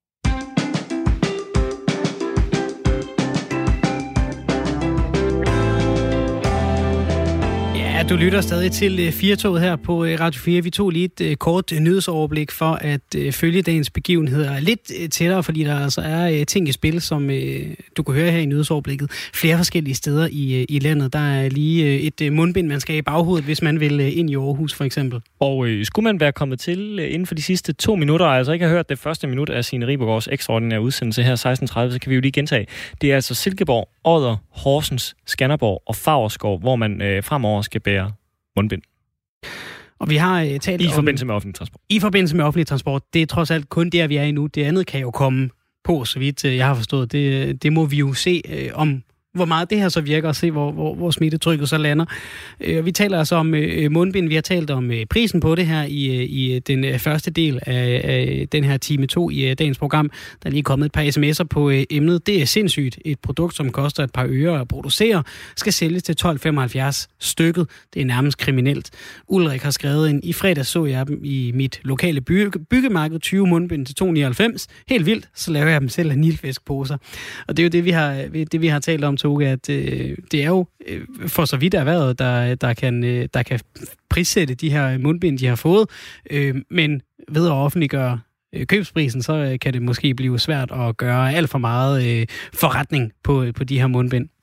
Ja, du lytter stadig til Firtoget her på Radio fire. Vi tog lige et kort nyhedsoverblik for at følge dagens begivenheder lidt tættere, fordi der altså er ting i spil, som du kan høre her i nyhedsoverblikket. Flere forskellige steder i, i landet. Der er lige et mundbind, man skal i baghovedet, hvis man vil ind i Aarhus for eksempel. Og øh, skulle man være kommet til inden for de sidste to minutter, og altså ikke have hørt det første minut af Signe Ribergaards ekstraordinære udsendelse her seksten tredive, så kan vi jo lige gentage. Det er altså Silkeborg, Odder, Horsens, Skanderborg og Favrskov, hvor man øh, fremover skal bære mundbind. Og vi har øh, talt I om... forbindelse med offentlig transport. I forbindelse med offentlig transport. Det er trods alt kun der, vi er i nu. Det andet kan jo komme på, så vidt jeg har forstået. Det, det må vi jo se øh, om... hvor meget det her så virker, og se, hvor, hvor, hvor smittetrykket så lander. Øh, vi taler altså om øh, mundbind. Vi har talt om øh, prisen på det her i, i den øh, første del af, af den her time to i øh, dagens program. Der er lige kommet et par sms'er på øh, emnet. Det er sindssygt. Et produkt, som koster et par øre at producere, skal sælges til tolv femoghalvfjerds stykket. Det er nærmest kriminelt. Ulrik har skrevet en, i fredags så jeg dem i mit lokale bygge, byggemarked, tyve mundbind til to nioghalvfems. Helt vildt, så laver jeg dem selv af nilfiskposer. Og det er jo det, vi har, det, vi har talt om, at øh, det er jo øh, for så vidt erhvervet, der, der, kan, øh, der kan prissætte de her mundbind, de har fået. Øh, men ved at offentliggøre øh, købsprisen, så øh, kan det måske blive svært at gøre alt for meget øh, forretning på, på de her mundbind.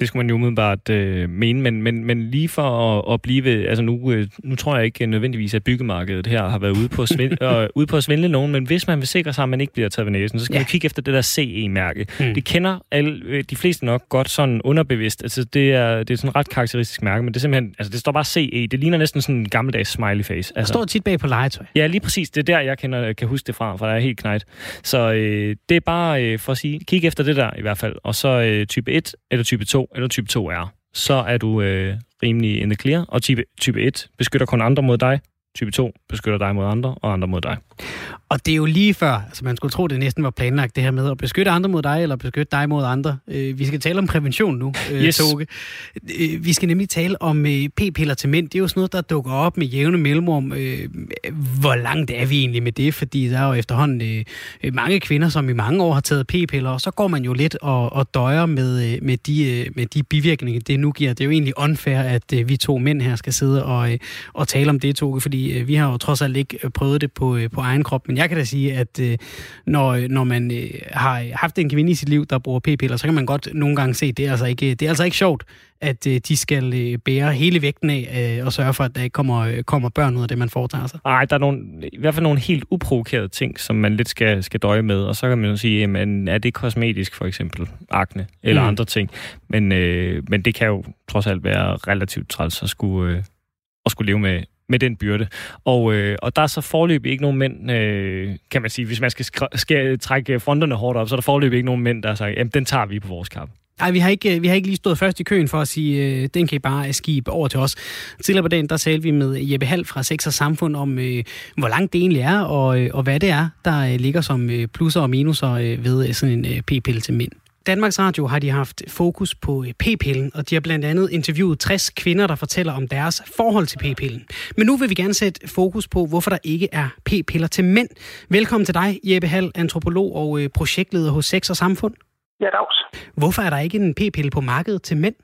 Det skulle man jo umiddelbart øh, mene, men, men, men lige for at, at blive ved, altså nu, øh, nu tror jeg ikke nødvendigvis, at byggemarkedet her har været ude på, svin, øh, ude på at svindle nogen, men hvis man vil sikre sig, at man ikke bliver taget ved næsen, så skal ja. man kigge efter det der C E-mærke. Mm. Det kender alle, de fleste nok godt sådan underbevidst. Altså det er, det er sådan et ret karakteristisk mærke, men det er simpelthen, altså det står bare C E. Det ligner næsten sådan en gammeldags smiley face. Altså, det står tit bag på legetøj. Ja, lige præcis. Det er der, jeg kender, kan huske det fra, for der er helt knejt. Så øh, det er bare øh, for at sige, kig efter det der i hvert fald. Og så øh, type et, eller type to, eller type to R. Så er du øh, rimelig in the clear. Og type, type et beskytter kun andre mod dig. Type to beskytter dig mod andre, og andre mod dig. Og det er jo lige før, altså man skulle tro, det næsten var planlagt, det her med at beskytte andre mod dig, eller beskytte dig mod andre. Øh, vi skal tale om prævention nu, øh, yes. Toge. Øh, vi skal nemlig tale om øh, p-piller til mænd. Det er jo sådan noget, der dukker op med jævne mellemrum. Øh, hvor langt er vi egentlig med det? Fordi der er jo efterhånden øh, mange kvinder, som i mange år har taget p-piller, og så går man jo lidt og, og døjer med, med, de, med de bivirkninger, det nu giver. Det er jo egentlig unfair, at øh, vi to mænd her skal sidde og, øh, og tale om det, Toge, fordi øh, vi har jo trods alt ikke prøvet det på, øh, på egen krop. Men jeg kan da sige, at øh, når, når man øh, har haft en kvinde i sit liv, der bruger p-piller, så kan man godt nogle gange se, at det er altså ikke, det er altså ikke sjovt, at øh, de skal øh, bære hele vægten af øh, og sørge for, at der ikke kommer, øh, kommer børn ud af det, man foretager sig. Nej, der er nogle, i hvert fald nogle helt uprovokerede ting, som man lidt skal, skal døje med, og så kan man jo sige, jamen, er det kosmetisk for eksempel, akne eller mm. andre ting, men, øh, men det kan jo trods alt være relativt træls at skulle, øh, at skulle leve med med den byrde. Og, øh, og der er så foreløbig ikke nogen mænd, øh, kan man sige, hvis man skal, skra- skal trække fronterne hårdt op, så er der foreløbig ikke nogen mænd, der har sagt, jamen den tager vi på vores kappe. Nej, vi har ikke vi har ikke lige stået først i køen for at sige, øh, den kan I bare skibe over til os. Tidligere på dagen, der talte vi med Jeppe Hall fra Sex og Samfund om, øh, hvor langt det egentlig er, og, øh, og hvad det er, der øh, ligger som øh, plusser og minuser øh, ved sådan en øh, p-pille til mænd. Danmarks Radio har de haft fokus på p-pillen, og de har blandt andet interviewet tres kvinder, der fortæller om deres forhold til p-pillen. Men nu vil vi gerne sætte fokus på, hvorfor der ikke er p-piller til mænd. Velkommen til dig, Jeppe Hall, antropolog og projektleder hos Sex og Samfund. Ja, dags. Hvorfor er der ikke en p-pille på markedet til mænd?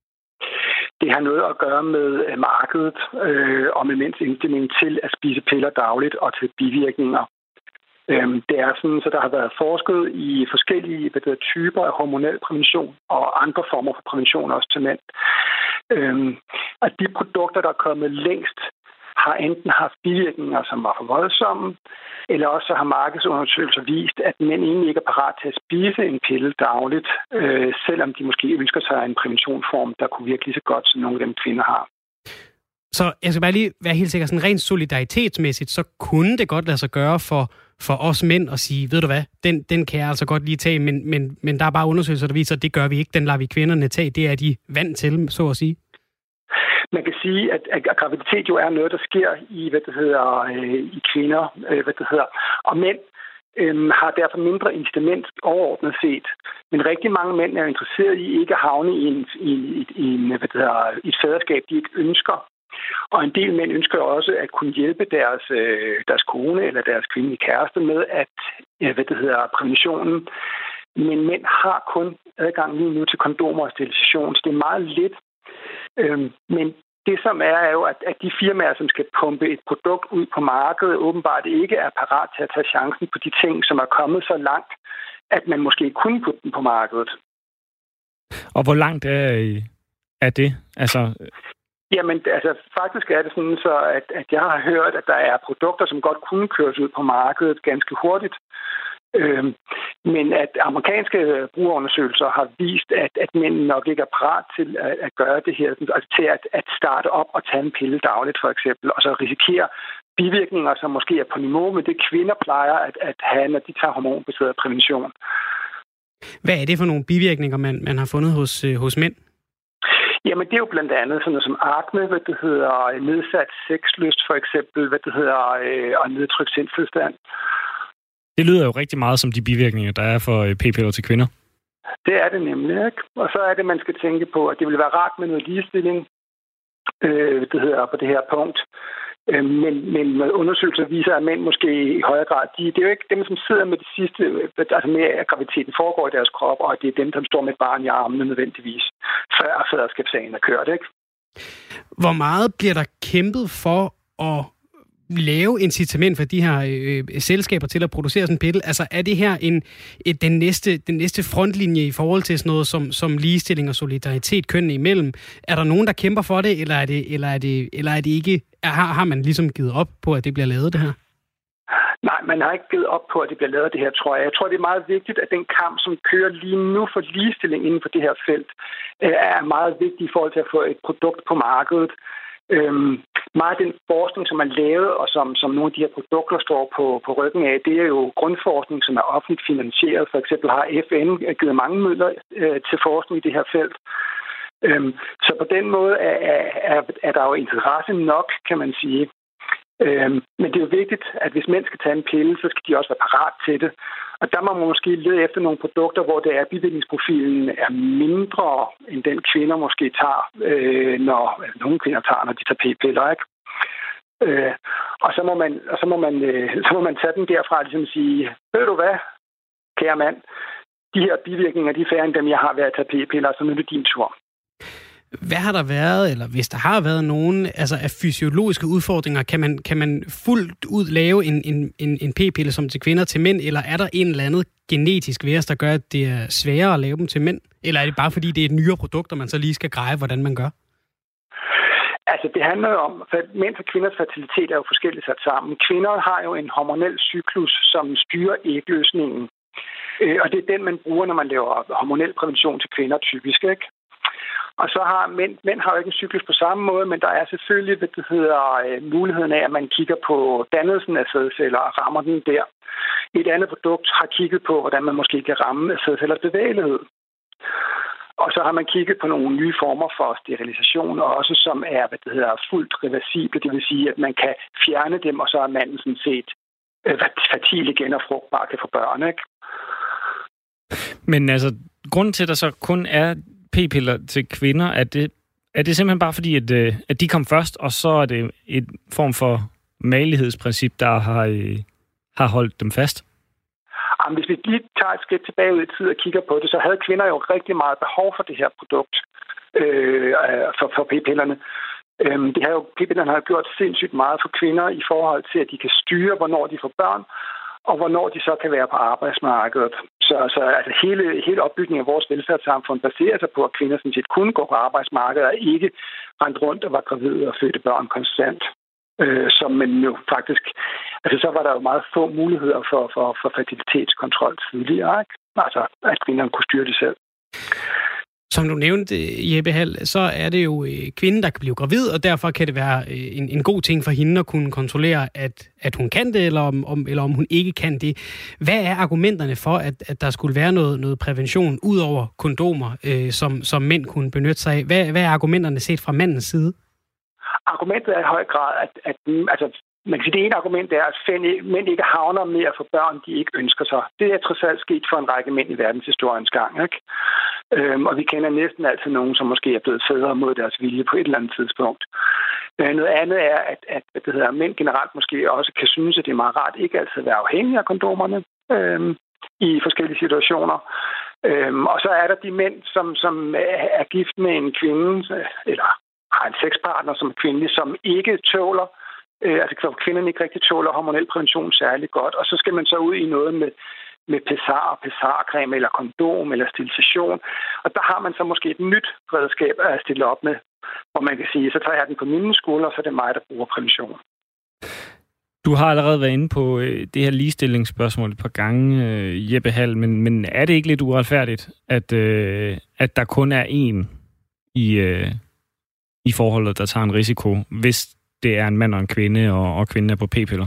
Det har noget at gøre med markedet øh, og med mænds indstilling til at spise piller dagligt og til bivirkninger. Det er sådan, så der har været forsket i forskellige hvad der, typer af hormonel prævention og andre former for prævention også til mænd. Og de produkter, der er kommet længst, har enten haft bivirkninger, som var for voldsomme, eller også har markedsundersøgelser vist, at mænd egentlig ikke er parat til at spise en pille dagligt, selvom de måske ønsker sig en præventionsform, der kunne virke lige så godt, som nogle af dem kvinder har. Så jeg skal bare lige være helt sikker, sådan rent solidaritetsmæssigt, så kunne det godt lade sig gøre for for os mænd at sige, ved du hvad, den, den kan jeg altså godt lige tage, men, men, men der er bare undersøgelser, der viser, at det gør vi ikke, den lader vi kvinderne tage, det er de vant til, så at sige. Man kan sige, at, at graviditet jo er noget, der sker i, hvad det hedder, øh, i kvinder, øh, hvad det hedder, og mænd øh, har derfor mindre incitament overordnet set. Men rigtig mange mænd er interesseret i ikke at havne i, en, i, i, i en, hvad det hedder, et faderskab, de ikke ønsker. Og en del mænd ønsker også at kunne hjælpe deres, øh, deres kone eller deres kvindelige kæreste med at, ja, hvad det hedder, præventionen. Men mænd har kun adgang lige nu til kondomer og sterilisation, så det er meget lidt. Øhm, men det som er, er jo, at, at de firmaer, som skal pumpe et produkt ud på markedet, åbenbart ikke er parat til at tage chancen på de ting, som er kommet så langt, at man måske kunne putte dem på markedet. Og hvor langt er, er det? Altså... Jamen, altså faktisk er det sådan, så at, at jeg har hørt, at der er produkter, som godt kunne køres ud på markedet ganske hurtigt. Øhm, men at amerikanske brugerundersøgelser har vist, at, at mænd nok ikke er parat til at, at gøre det her, altså til at, at starte op og tage en pille dagligt for eksempel, og så risikere bivirkninger, som måske er på niveau med det, kvinder plejer at, at have, når de tager hormonbaseret prævention. Hvad er det for nogle bivirkninger, man, man har fundet hos, øh, hos mænd? Jamen, det er jo blandt andet sådan noget som akne, hvad det hedder, nedsat sexlyst for eksempel, hvad det hedder, øh, og nedtrykt sindstilstand. Det lyder jo rigtig meget som de bivirkninger, der er for p-piller til kvinder. Det er det nemlig, ikke? Og så er det, man skal tænke på, at det vil være rart med noget ligestilling, øh, det hedder på det her punkt. Øh, men, men undersøgelser viser, at mænd måske i højere grad, de, det er jo ikke dem, som sidder med det sidste, altså med at graviditeten foregår i deres krop, og det er dem, som står med et barn i armene nødvendigvis, før faderskabssagen er kørt, ikke? Hvor meget bliver der kæmpet for at lave incitament for de her øh, selskaber til at producere sådan en pille? Altså, er det her en, et, den, næste, den næste frontlinje i forhold til sådan noget som, som ligestilling og solidaritet kønnene imellem? Er der nogen, der kæmper for det, eller er det, eller er det, eller er det ikke... Har, har man ligesom givet op på, at det bliver lavet, det her? Nej, man har ikke givet op på, at det bliver lavet det her, tror jeg. Jeg tror, det er meget vigtigt, at den kamp, som kører lige nu for ligestilling inden for det her felt, er meget vigtig i forhold til at få et produkt på markedet. Øhm, meget af den forskning, som er lavet, og som, som nogle af de her produkter står på, på ryggen af, det er jo grundforskning, som er offentligt finansieret. For eksempel har F N givet mange midler øh, til forskning i det her felt. Øhm, så på den måde er, er, er der jo interesse nok, kan man sige. Øhm, men det er jo vigtigt, at hvis mænd skal tage en pille, så skal de også være parat til det. Og der må man måske lede efter nogle produkter, hvor det er, bivirkningsprofilen er mindre, end den kvinder måske tager, øh, når nogle kvinder tager, når de tager p-piller, ikke? Øh, og så må man, og så må man, øh, så må man tage den derfra og ligesom sige, ved du hvad, kære mand, de her bivirkninger, de er færre end dem, jeg har ved at tage p-piller, så nu er det din tur. Hvad har der været, eller hvis der har været nogen altså af fysiologiske udfordringer, kan man, kan man fuldt ud lave en, en, en, en p-pille som til kvinder til mænd, eller er der en eller andet genetisk ved os, der gør, at det er sværere at lave dem til mænd? Eller er det bare fordi, det er et nyere produkt, og man så lige skal greje, hvordan man gør? Altså, det handler jo om, at mænds og kvinders fertilitet er jo forskelligt sat sammen. Kvinder har jo en hormonel cyklus, som styrer ægløsningen. Og det er den, man bruger, når man laver hormonel prævention til kvinder typisk, ikke? Og så har mænd, mænd har jo ikke en cyklus på samme måde, men der er selvfølgelig, hvad det hedder, muligheden af, at man kigger på dannelsen af sædceller og rammer den der. Et andet produkt har kigget på, hvordan man måske kan ramme sædcellers bevægelighed. Og så har man kigget på nogle nye former for sterilisation, også som er, hvad det hedder, fuldt reversible. Det vil sige, at man kan fjerne dem, og så er manden sådan set fertil igen og frugtbar kan få børn, ikke? Men altså, grunden til, at der så kun er p-piller til kvinder, er det, er det simpelthen bare fordi, at, at de kom først, og så er det et form for malighedsprincip, der har, har holdt dem fast? Jamen, hvis vi lige tager et skridt tilbage ud i tid og kigger på det, så havde kvinder jo rigtig meget behov for det her produkt, øh, for, for p-pillerne. Øhm, det har jo, p-pillerne har gjort sindssygt meget for kvinder i forhold til, at de kan styre, hvornår de får børn, og hvornår de så kan være på arbejdsmarkedet. Så, så altså hele, hele opbygningen af vores velfærdssamfund baserer sig på, at kvinder sådan set kunne gå på arbejdsmarkedet og ikke rende rundt og var gravide og fødte børn konstant. Øh, som man jo faktisk... Altså så var der jo meget få muligheder for, for, for fertilitetskontrol tidligere, ikke? Altså at kvinderne kunne styre det selv. Som du nævnte, Jeppe Hald, så er det jo kvinden, der kan blive gravid, og derfor kan det være en, en god ting for hende at kunne kontrollere, at, at hun kan det, eller om, om, eller om hun ikke kan det. Hvad er argumenterne for, at, at der skulle være noget, noget prævention ud over kondomer, øh, som, som mænd kunne benytte sig af? Hvad, hvad er argumenterne set fra mandens side? Argumentet er i høj grad, at, at altså, man kan sige, det ene argument er, at mænd ikke havner med at få børn, de ikke ønsker sig. Det er trods alt sket for en række mænd i verdenshistoriens gang, ikke? Øhm, og vi kender næsten altid nogen, som måske er blevet fædre mod deres vilje på et eller andet tidspunkt. Øh, noget andet er, at, at, at det hedder, mænd generelt måske også kan synes, at det er meget rart ikke altid at være afhængige af kondomerne øhm, i forskellige situationer. Øhm, og så er der de mænd, som, som er gift med en kvinde, eller har en sexpartner som er kvindelig, som ikke tåler, øh, altså kvinderne ikke rigtig tåler hormonel prævention særlig godt, og så skal man så ud i noget med, med pessar, pessarcreme eller kondom eller sterilisation, og der har man så måske et nyt redskab at stille op med, hvor man kan sige, så tager jeg den på mine skuldre, og så er det mig, der bruger prævention. Du har allerede været inde på øh, det her ligestillingsspørgsmål et par gange, øh, Jeppe Hald, men, men er det ikke lidt uretfærdigt, at, øh, at der kun er én i... Øh i forholdet, der tager en risiko, hvis det er en mand og en kvinde, og, og kvinden er på p-piller?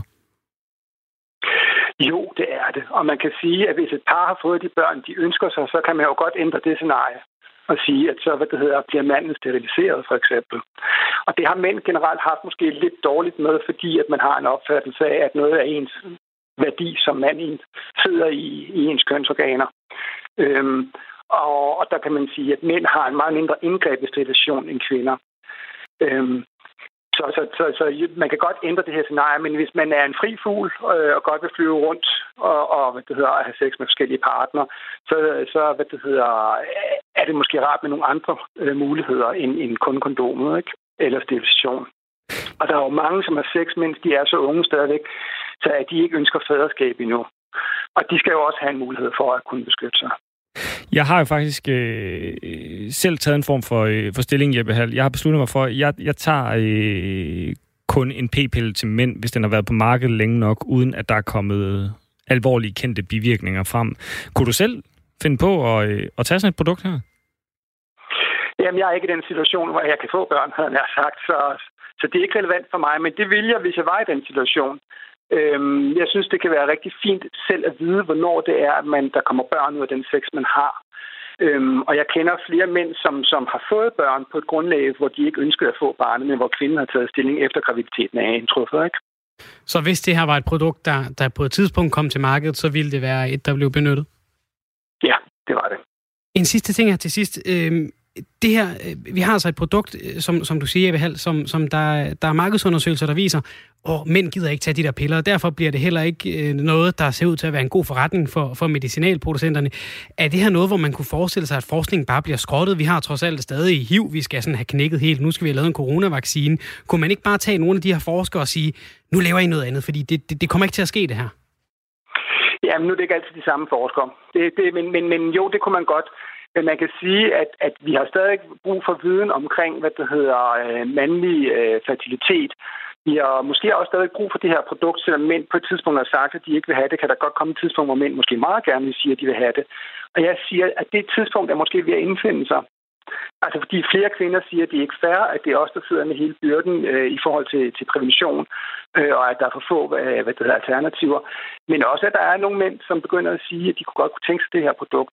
Jo, det er det. Og man kan sige, at hvis et par har fået de børn, de ønsker sig, så kan man jo godt ændre det scenarie og sige, at så hvad det hedder, bliver manden steriliseret, for eksempel. Og det har mænd generelt haft måske lidt dårligt med, fordi at man har en opfattelse af, at noget af ens værdi som mand sidder i, i ens kønsorganer. Øhm, og, og der kan man sige, at mænd har en meget mindre indgreb i sterilisation end kvinder. Øhm, så, så, så, så man kan godt ændre det her scenarie, men hvis man er en fri fugl øh, og godt vil flyve rundt og, og hvad det hedder, have sex med forskellige partner, så, så hvad det hedder, er det måske rart med nogle andre øh, muligheder end, end kun kondomet, ikke? Eller sterilisation. Og der er jo mange, som har sex, mens de er så unge stadigvæk, så at de ikke ønsker faderskab endnu. Og de skal jo også have en mulighed for at kunne beskytte sig. Jeg har jo faktisk øh, selv taget en form for, øh, for stilling, Jeppe Hald. Jeg har besluttet mig for, at jeg, jeg tager øh, kun en p-pille til mænd, hvis den har været på markedet længe nok, uden at der er kommet alvorlige kendte bivirkninger frem. Kunne du selv finde på at, øh, at tage sådan et produkt her? Jamen, jeg er ikke i den situation, hvor jeg kan få børn, havde jeg sagt, så, så det er ikke relevant for mig, men det vil jeg, hvis jeg var i den situation. Øhm, jeg synes, det kan være rigtig fint selv at vide, hvornår det er, at man, der kommer børn ud af den sex, man har. Øhm, og jeg kender flere mænd, som, som har fået børn på et grundlag, hvor de ikke ønskede at få barnet, men hvor kvinden har taget stilling efter graviditeten er indtruffet, ikke? Så hvis det her var et produkt, der, der på et tidspunkt kom til markedet, så ville det være et, der blev benyttet? Ja, det var det. En sidste ting her til sidst. Øhm Det her, vi har altså et produkt, som, som du siger, Jeppe Hald, som, som der, der er markedsundersøgelser, der viser, at mænd gider ikke tage de der piller, og derfor bliver det heller ikke noget, der ser ud til at være en god forretning for, for medicinalproducenterne. Er det her noget, hvor man kunne forestille sig, at forskningen bare bliver skrottet? Vi har trods alt stadig H I V, vi skal sådan have knækket helt, nu skal vi have lavet en coronavaccine. Kunne man ikke bare tage nogle af de her forskere og sige, nu laver I noget andet, fordi det, det, det kommer ikke til at ske, det her? Jamen, nu er det ikke altid de samme forskere. Det, det, men, men, men jo, det kunne man godt. Men man kan sige, at, at vi har stadig brug for viden omkring, hvad det hedder, øh, mandlig øh, fertilitet. Vi har måske også stadig brug for det her produkt, selvom mænd på et tidspunkt har sagt, at de ikke vil have det. Kan der godt komme et tidspunkt, hvor mænd måske meget gerne vil sige, at de vil have det. Og jeg siger, at det tidspunkt er måske ved at indfinde sig. Altså fordi flere kvinder siger, at det er ikke fair, at det er os, der sidder med hele byrden øh, i forhold til, til prævention, øh, og at der er for få øh, hvad det hedder, alternativer. Men også, at der er nogle mænd, som begynder at sige, at de kunne godt kunne tænke sig det her produkt.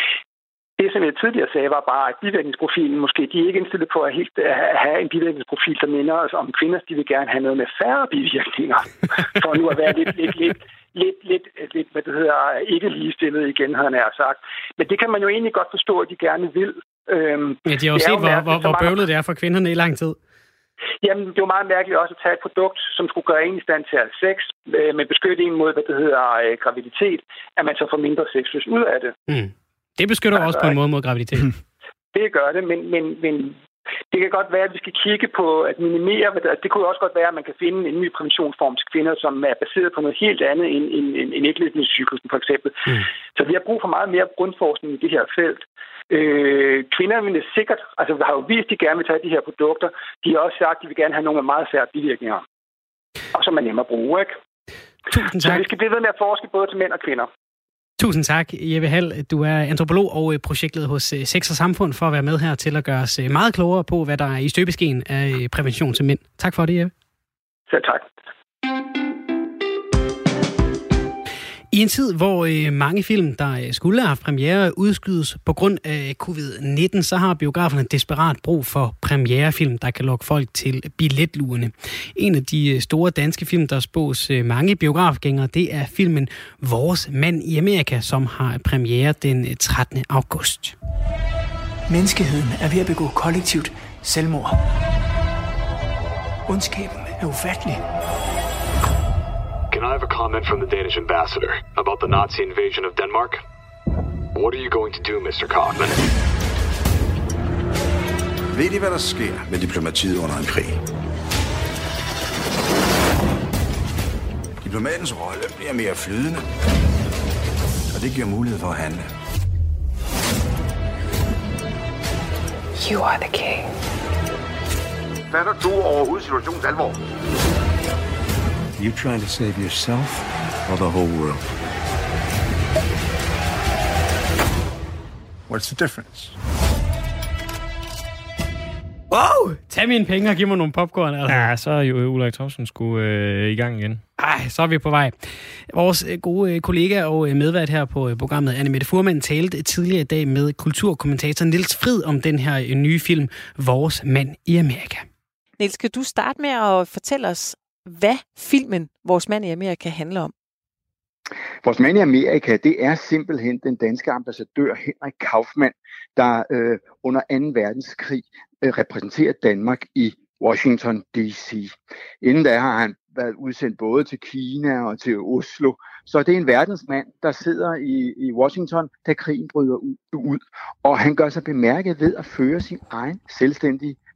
Det, som jeg tidligere sagde, var bare, at bivirkningsprofilen måske, de er ikke indstillet på at, helt, at have en bivirkningsprofil, der minder os om kvinder. De vil gerne have noget med færre bivirkninger, for nu at være lidt, lidt, lidt, lidt, lidt, lidt hvad det hedder, ikke ligestillet igen, havde jeg sagt. Men det kan man jo egentlig godt forstå, at de gerne vil. Øhm, ja, de har jo set, hvor, hvor, hvor bøvlet det er for kvinderne i lang tid. Jamen, det var meget mærkeligt også at tage et produkt, som skulle gøre en i stand til at have sex, øh, med beskytte en mod, hvad det hedder, øh, graviditet, at man så får mindre sexlyst ud af det. Mm. Det beskytter altså, også på en måde mod graviditet. Det gør det, men, men, men det kan godt være, at vi skal kigge på at minimere. Det kunne også godt være, at man kan finde en ny præventionsform til kvinder, som er baseret på noget helt andet end, end, end, end æglæsningscyklusen, for eksempel. Mm. Så vi har brug for meget mere grundforskning i det her felt. Øh, kvinderne vil sikkert, altså har jo vist, at de gerne vil tage de her produkter. De har også sagt, at de vil gerne have nogle meget færre bivirkninger. Og som er nemmere at bruge, ikke? Tusind tak. Så vi skal blive ved med at forske både til mænd og kvinder. Tusind tak, Jeppe Hald. Du er antropolog og projektleder hos Sex og Samfund for at være med her til at gøre os meget klogere på, hvad der er i støbeskeen af prævention til mænd. Tak for det, Jeppe. Selv tak. I en tid, hvor øh, mange film, der skulle have haft premiere, udskydes på grund af covid nitten, så har biograferne desperat brug for premierefilm, der kan lokke folk til billetluerne. En af de store danske film, der spås øh, mange biografgængere, det er filmen Vores Mand i Amerika, som har premiere den trettende august. Menneskeheden er ved at begå kollektivt selvmord. Ondskaben er ufattelig. Can I have a comment from the Danish ambassador about the Nazi invasion of Denmark? What are you going to do, mister Kaufman? Ved I, hvad der sker med diplomatiet under en krig? Diplomatens rolle bliver mere flydende, og det giver mulighed for at handle. You are the king. Fatter du overhovedet situationens alvor? You trying to save yourself or the whole world? What's the difference? Wow! Tag mine penge og giv mig nogle popcorn. Altså. Ja, så er jo Ulrik Thomsen skulle øh, i gang igen. Ej, så er vi på vej. Vores gode kollega og medvært her på programmet, Anne-Mette Fuhrmann, talte tidligere i dag med kulturkommentator Niels Frid om den her nye film, Vores Mand i Amerika. Niels, kan du starte med at fortælle os, hvad filmen Vores Mand i Amerika handler om? Vores Mand i Amerika, det er simpelthen den danske ambassadør Henrik Kaufmann, der øh, under anden verdenskrig øh, repræsenterer Danmark i Washington D C. Inden da har han været udsendt både til Kina og til Oslo. Så det er en verdensmand, der sidder i, i Washington, da krigen bryder ud, ud. Og han gør sig bemærket ved at føre sin egen selvstændige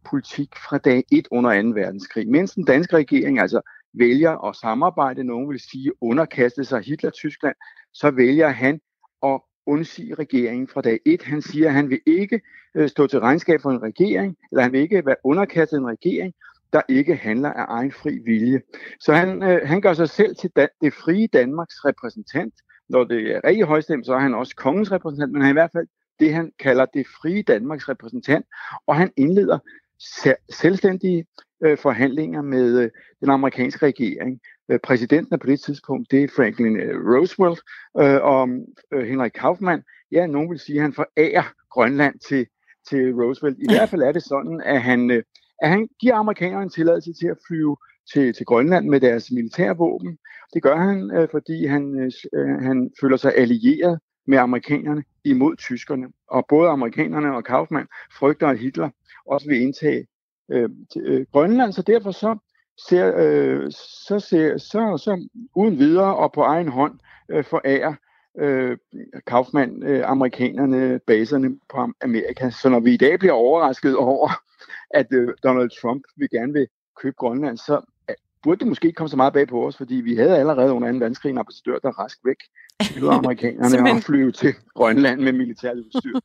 politik fra dag et under anden verdenskrig. Mens den danske regering altså vælger at samarbejde, nogen vil sige underkaste sig Hitler-Tyskland, så vælger han at undsige regeringen fra dag et. Han siger, at han vil ikke øh, stå til regnskab for en regering, eller han vil ikke være underkastet en regering, der ikke handler af egen fri vilje. Så han, øh, han gør sig selv til Dan- det frie Danmarks repræsentant. Når det er rigtig højstemt, så er han også kongens repræsentant, men han er i hvert fald det, han kalder det frie Danmarks repræsentant, og han indleder se- selvstændige øh, forhandlinger med øh, den amerikanske regering. Øh, præsidenten er på det tidspunkt, det er Franklin øh, Roosevelt, øh, og øh, Henrik Kaufmann, ja, nogen vil sige, at han forærer Grønland til, til Roosevelt. I hvert fald er det sådan, at han, øh, at han giver amerikanerne en tilladelse til at flyve til, til Grønland med deres militærvåben. Det gør han, øh, fordi han, øh, han føler sig allieret med amerikanerne imod tyskerne. Og både amerikanerne og Kaufmann frygter, at Hitler også vil indtage øh, til, øh, Grønland, så derfor så ser, øh, så, ser så, så uden videre og på egen hånd øh, forærer øh, Kaufmann øh, amerikanerne baserne på Amerika. Så når vi i dag bliver overrasket over, at øh, Donald Trump vil gerne vil købe Grønland, så burde det måske ikke komme så meget bag på os, fordi vi havde allerede under anden verdenskrig en ambassadør, der rask væk ud af amerikanerne og flyve til Grønland med militært udstyr.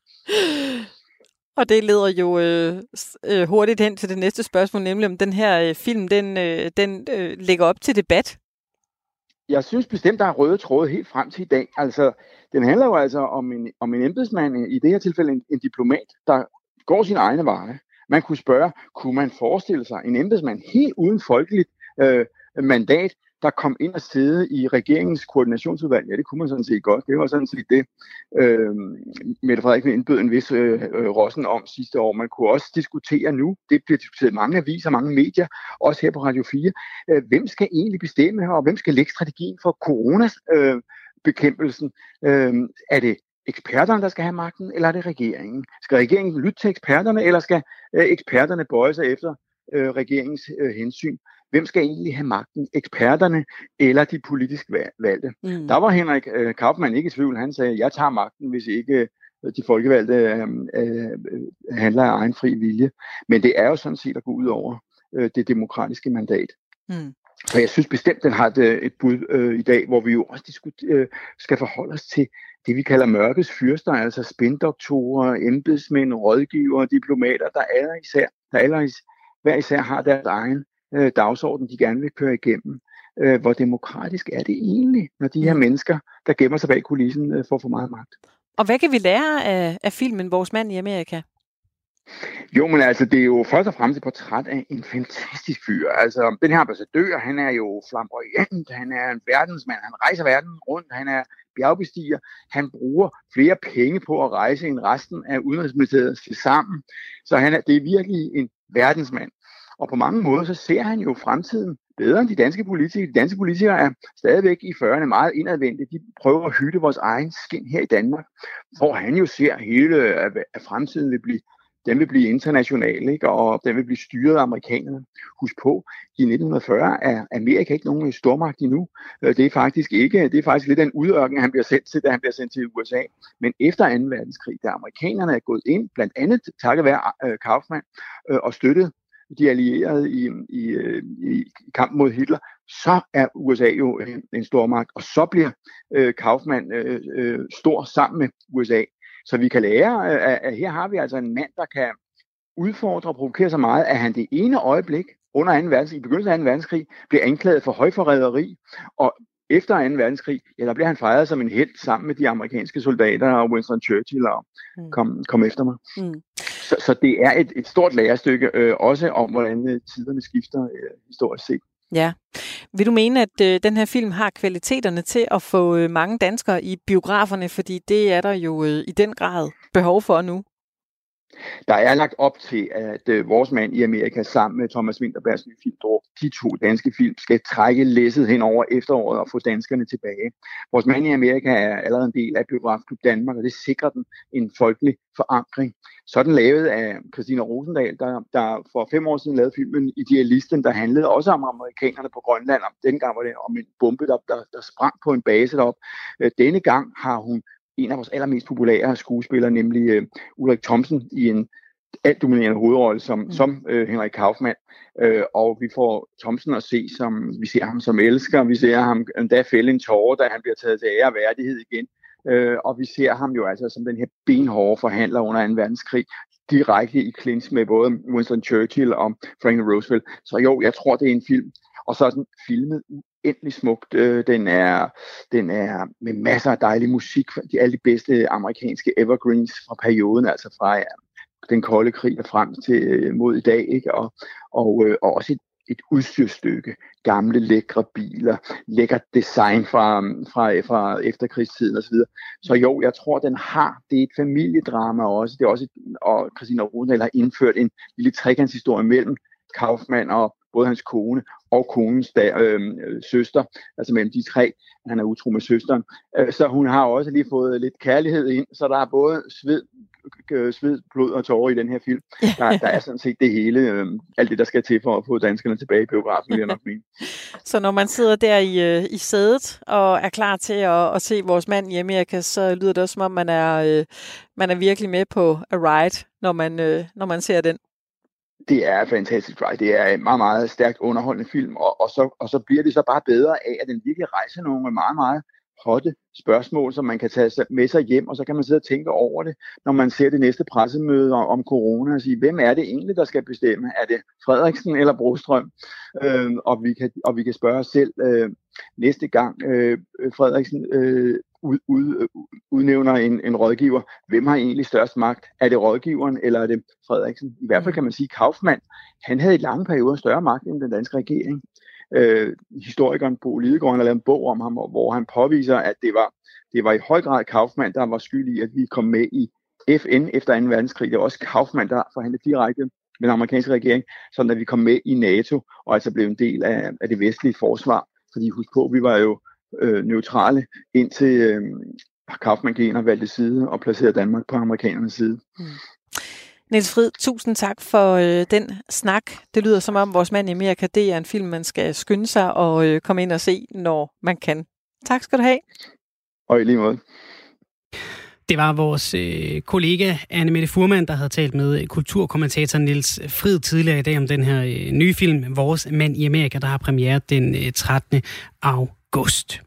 Og det leder jo øh, øh, hurtigt hen til det næste spørgsmål, nemlig om den her øh, film, den, øh, den øh, lægger op til debat. Jeg synes bestemt, der er røde tråde helt frem til i dag. Altså, den handler jo altså om en, om en embedsmand, i det her tilfælde en, en diplomat, der går sin egne veje. Man kunne spørge, kunne man forestille sig en embedsmand helt uden folkeligt øh, mandat, der kom ind og sidde i regeringens koordinationsudvalg? Ja, det kunne man sådan set godt. Det var sådan set det, øh, Mette Frederiksen indbød en vis øh, øh, rossen om sidste år. Man kunne også diskutere nu, det bliver diskuteret mange aviser, mange medier, også her på Radio fire, øh, hvem skal egentlig bestemme, og hvem skal lægge strategien for coronabekæmpelsen? Øh, øh, er det eksperterne, der skal have magten, eller er det regeringen? Skal regeringen lytte til eksperterne, eller skal øh, eksperterne bøje sig efter øh, regeringens øh, hensyn? Hvem skal egentlig have magten? Eksperterne eller de politisk valgte? Mm. Der var Henrik øh, Kaufmann ikke i tvivl. Han sagde, jeg tager magten, hvis ikke øh, de folkevalgte øh, øh, handler af egen fri vilje. Men det er jo sådan set at gå ud over øh, det demokratiske mandat. Mm. Og jeg synes bestemt, den har et, et bud øh, i dag, hvor vi jo også diskut- øh, skal forholde os til det, vi kalder mørkets fyrster, altså spindoktorer, embedsmænd, rådgivere, diplomater, der alle især, der alle hver især har deres egen øh, dagsorden, de gerne vil køre igennem. Øh, hvor demokratisk er det egentlig, når de her mennesker, der gemmer sig bag kulissen, øh, får for meget magt? Og hvad kan vi lære af, af filmen Vores mand i Amerika? Jo, men altså, det er jo først og fremmest et portræt af en fantastisk fyr. Altså, den her ambassadør, han er jo flamboyant, han er en verdensmand, han rejser verden rundt, han er bjergbestiger, han bruger flere penge på at rejse end resten af udenrigsministeriet til sammen. Så han er, det er virkelig en verdensmand. Og på mange måder, så ser han jo fremtiden bedre end de danske politikere. De danske politikere er stadigvæk i fyrrerne meget indadvendte. De prøver at hytte vores egen skin her i Danmark, hvor han jo ser hele, at fremtiden vil blive den vil blive international, ikke? Og den vil blive styret af amerikanerne. Husk på, i nitten fyrre er Amerika ikke nogen stormagt endnu. Det er faktisk ikke, det er faktisk lidt af en udørken, han bliver sendt til, da han bliver sendt til U S A. Men efter anden verdenskrig, da amerikanerne er gået ind, blandt andet takket være Kaufmann, og støttet de allierede i, i, i kampen mod Hitler, så er U S A jo en, en stormagt, og så bliver øh, Kaufmann øh, øh, stor sammen med U S A. Så vi kan lære, at her har vi altså en mand, der kan udfordre og provokere så meget, at han det ene øjeblik under anden verdenskrig, i begyndelsen af anden verdenskrig, bliver anklaget for højforræderi, og efter anden verdenskrig, ja, der bliver han fejret som en helt sammen med de amerikanske soldater og Winston Churchill og mm. kom, kom efter mig. Mm. Så, så det er et, et stort lærestykke, øh, også om, hvordan tiderne skifter øh, historisk set. Ja. Vil du mene, at øh, den her film har kvaliteterne til at få øh, mange danskere i biograferne, fordi det er der jo øh, i den grad behov for nu? Der er lagt op til, at øh, Vores mand i Amerika sammen med Thomas Vinterbergs nye film, de to danske film, skal trække læsset hen over efteråret og få danskerne tilbage. Vores mand i Amerika er allerede en del af Biografklub Danmark, og det sikrer den en folkelig forankring. Så er den lavet af Christina Rosendal, der, der for fem år siden lavede filmen Idealisten, der handlede også om amerikanerne på Grønland. Dengang var det om en bombe, der, der, der sprang på en base deroppe. Denne gang har hun en af vores allermest populære skuespillere, nemlig uh, Ulrik Thomsen, i en alt dominerende hovedrolle som, mm. som øh, Henrik Kaufmann. Øh, og vi får Thomsen at se, som vi ser ham som elsker. Vi ser ham endda fælde en tåre, da han bliver taget til ære og værdighed igen. Øh, og vi ser ham jo altså som den her benhårde forhandler under anden verdenskrig, direkte i clinch med både Winston Churchill og Franklin Roosevelt. Så jo, jeg tror, det er en film. Og så er den filmet uendelig smukt. Øh, den, er, den er med masser af dejlig musik, de alle de bedste amerikanske evergreens fra perioden, altså fra ja, den kolde krig og frem til mod i dag, ikke? Og, og, øh, og også et, et udstyrstykke, gamle lækre biler, lækkert design fra, fra, fra efterkrigstiden osv. Så, så jo, jeg tror, den har, det er et familiedrama også, det er også et, og Christina Rosendal har indført en lille trekantshistorie mellem Kaufmann og både hans kone og konens da, øh, søster, altså mellem de tre, han er utro med søsteren, øh, så hun har også lige fået lidt kærlighed ind, så der er både sved, sved, blod og tårer i den her film. Der, der er sådan set det hele, øh, alt det, der skal til for at få danskerne tilbage i biografen, vil jeg nok mene. Så når man sidder der i, i sædet og er klar til at, at se vores mand i Amerika, så lyder det også, som om man er, øh, man er virkelig med på a ride, når man, øh, når man ser den. Det er fantastisk ride. Det er en meget, meget stærkt underholdende film, og, og, så, og så bliver det så bare bedre af, at den virkelig rejser nogle meget, meget hotte spørgsmål, som man kan tage med sig hjem, og så kan man sidde og tænke over det, når man ser det næste pressemøde om corona, og sige, hvem er det egentlig, der skal bestemme? Er det Frederiksen eller Brostrøm? Øh, og, vi kan, og vi kan spørge os selv øh, næste gang øh, Frederiksen øh, ud, ud, udnævner en, en rådgiver. Hvem har egentlig størst magt? Er det rådgiveren, eller er det Frederiksen? I hvert fald kan man sige, at Kaufmann, han havde i lange perioder større magt end den danske regering. Øh, historikeren Bo Lidegaard har lavet en bog om ham, hvor han påviser, at det var, det var i høj grad Kaufmann, der var skyld i, at vi kom med i F N efter anden verdenskrig. Det var også Kaufmann, der forhandlede direkte med den amerikanske regering, sådan at vi kom med i NATO, og altså blev en del af, af det vestlige forsvar. Fordi husk på, vi var jo øh, neutrale, indtil øh, Kaufmann gik ind og valgte side og placerede Danmark på amerikanernes side. Mm. Niels Frid, tusind tak for øh, den snak. Det lyder som om Vores mand i Amerika, det er en film, man skal skynde sig og øh, komme ind og se, når man kan. Tak skal du have. Og i lige måde. Det var vores øh, kollega Anne-Mette Fuhrmann, der havde talt med kulturkommentator Niels Frid tidligere i dag om den her øh, nye film, Vores mand i Amerika, der har premiere den øh, trettende august.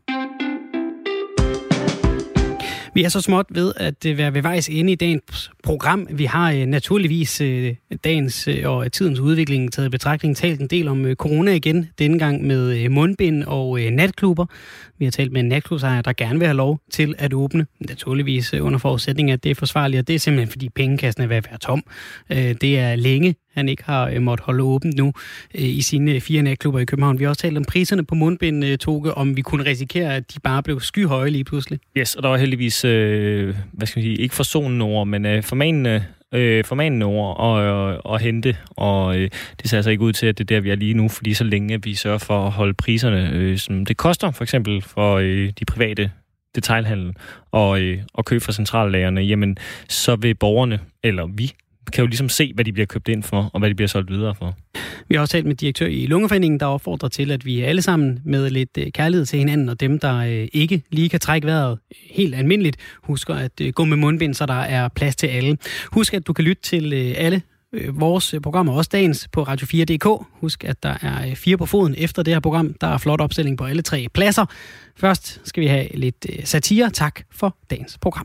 Vi er så småt ved at være ved vejs ende i dagens program. Vi har naturligvis dagens og tidens udvikling taget i betragtning talt en del om corona igen, denne gang med mundbind og natklubber. Vi har talt med en natklubsejer, der gerne vil have lov til at åbne. Naturligvis under forudsætning, at det er forsvarligt, og det er simpelthen fordi pengekassen er ved at være tom. Det er længe, han ikke har måttet holde åbent nu i sine fire natklubber i København. Vi har også talt om priserne på mundbind, Toge, om vi kunne risikere, at de bare blev skyhøje lige pludselig. Yes, og der var heldigvis, øh, hvad skal man sige, ikke forsonende ord, men øh, formanende, øh, formanende ord og, og, og hente, og øh, det ser altså ikke ud til, at det er der, vi er lige nu, fordi så længe vi sørger for at holde priserne, øh, som det koster, for eksempel for øh, de private detailhandel og, øh, og køb fra centrallagerne, jamen så vil borgerne, eller vi, kan jo ligesom se, hvad de bliver købt ind for, og hvad de bliver solgt videre for. Vi har også talt med direktør i Lungeforeningen, der opfordrer til, at vi alle sammen med lidt kærlighed til hinanden, og dem, der ikke lige kan trække vejret helt almindeligt, husker at gå med mundbind, så der er plads til alle. Husk, at du kan lytte til alle vores programmer, også dagens, på radio fire punktum d k. Husk, at der er fire på foden efter det her program. Der er flot opstilling på alle tre pladser. Først skal vi have lidt satire. Tak for dagens program.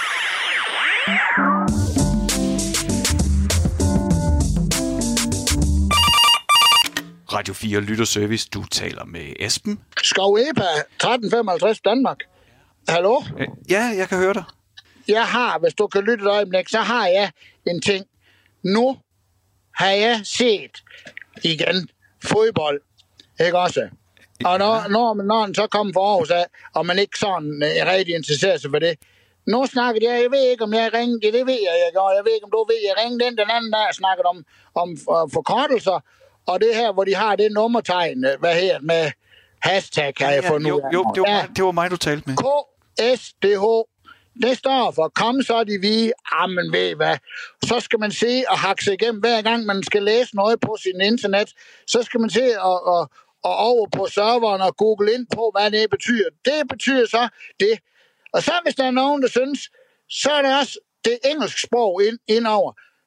Radio fire Lytterservice, du taler med Esben. Skov Epa, tretten femoghalvtreds Danmark. Hallo? Ja, jeg kan høre dig. Jeg har, hvis du kan lytte et øjeblik, så har jeg en ting. Nu har jeg set igen fodbold, ikke også? Og når, når, når den så kommer fra Aarhus af, og man ikke sådan uh, rigtig interesserer sig for det. Nu snakkede jeg, jeg ved ikke, om jeg ringede, det ved jeg, jeg gør. Jeg ved ikke, om du ved, jeg ringede den, den anden der snakkede om, om uh, forkortelser. Og det her, hvor de har det nummertegn, hvad her med hashtag, har jeg fundet ud af. Jo, jo det, var ja. mig, det var mig, du talte med. K S D H. Det står for, kom så de vi, jamen ved hvad. Så skal man se og hakke sig igennem, hver gang man skal læse noget på sin internet, så skal man se og, og, og over på serveren og google ind på, hvad det betyder. Det betyder så det. Og så hvis der er nogen, der synes, så er der også det engelske sprog ind, indover.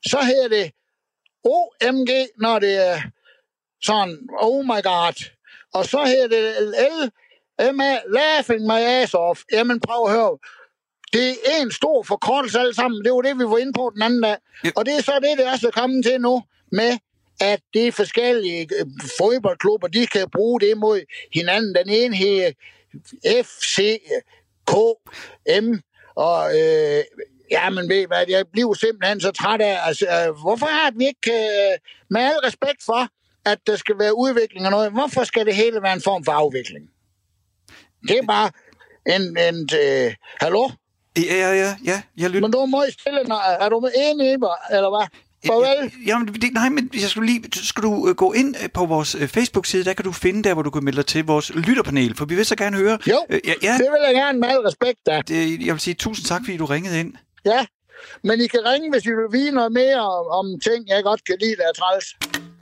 så hedder det O M G, når det er sådan, oh my god. Og så hedder det L M A, laughing my ass off. Jamen prøv at høre. Det er en stor forkortelse alle sammen. Det var det, vi var inde på den anden dag. Ja. Og det er så det, det er så kommet til nu med, at de forskellige fodboldklubber, de kan bruge det mod hinanden. Den ene her F C K M og øh, ja, men ved hvad, jeg bliver simpelthen så træt af. Altså, øh, hvorfor har vi ikke, øh, med al respekt for, at der skal være udvikling og noget, hvorfor skal det hele være en form for afvikling? Det er bare en, en øh, hallo? Ja, ja, ja, ja, jeg lytter. Men du må stille, er du enig i mig, eller hvad? Farvel. Jamen, det, nej, men jeg skulle lige, skal du uh, gå ind på vores uh, Facebook-side, der kan du finde der, hvor du kan melde dig til vores lytterpanel, for vi vil så gerne høre. Jo, uh, ja, ja. Det vil jeg gerne med al respekt da. Det, jeg vil sige tusind tak, fordi du ringede ind. Ja, men I kan ringe, hvis I vil vide noget mere om, om ting, jeg godt kan lide, der er træls.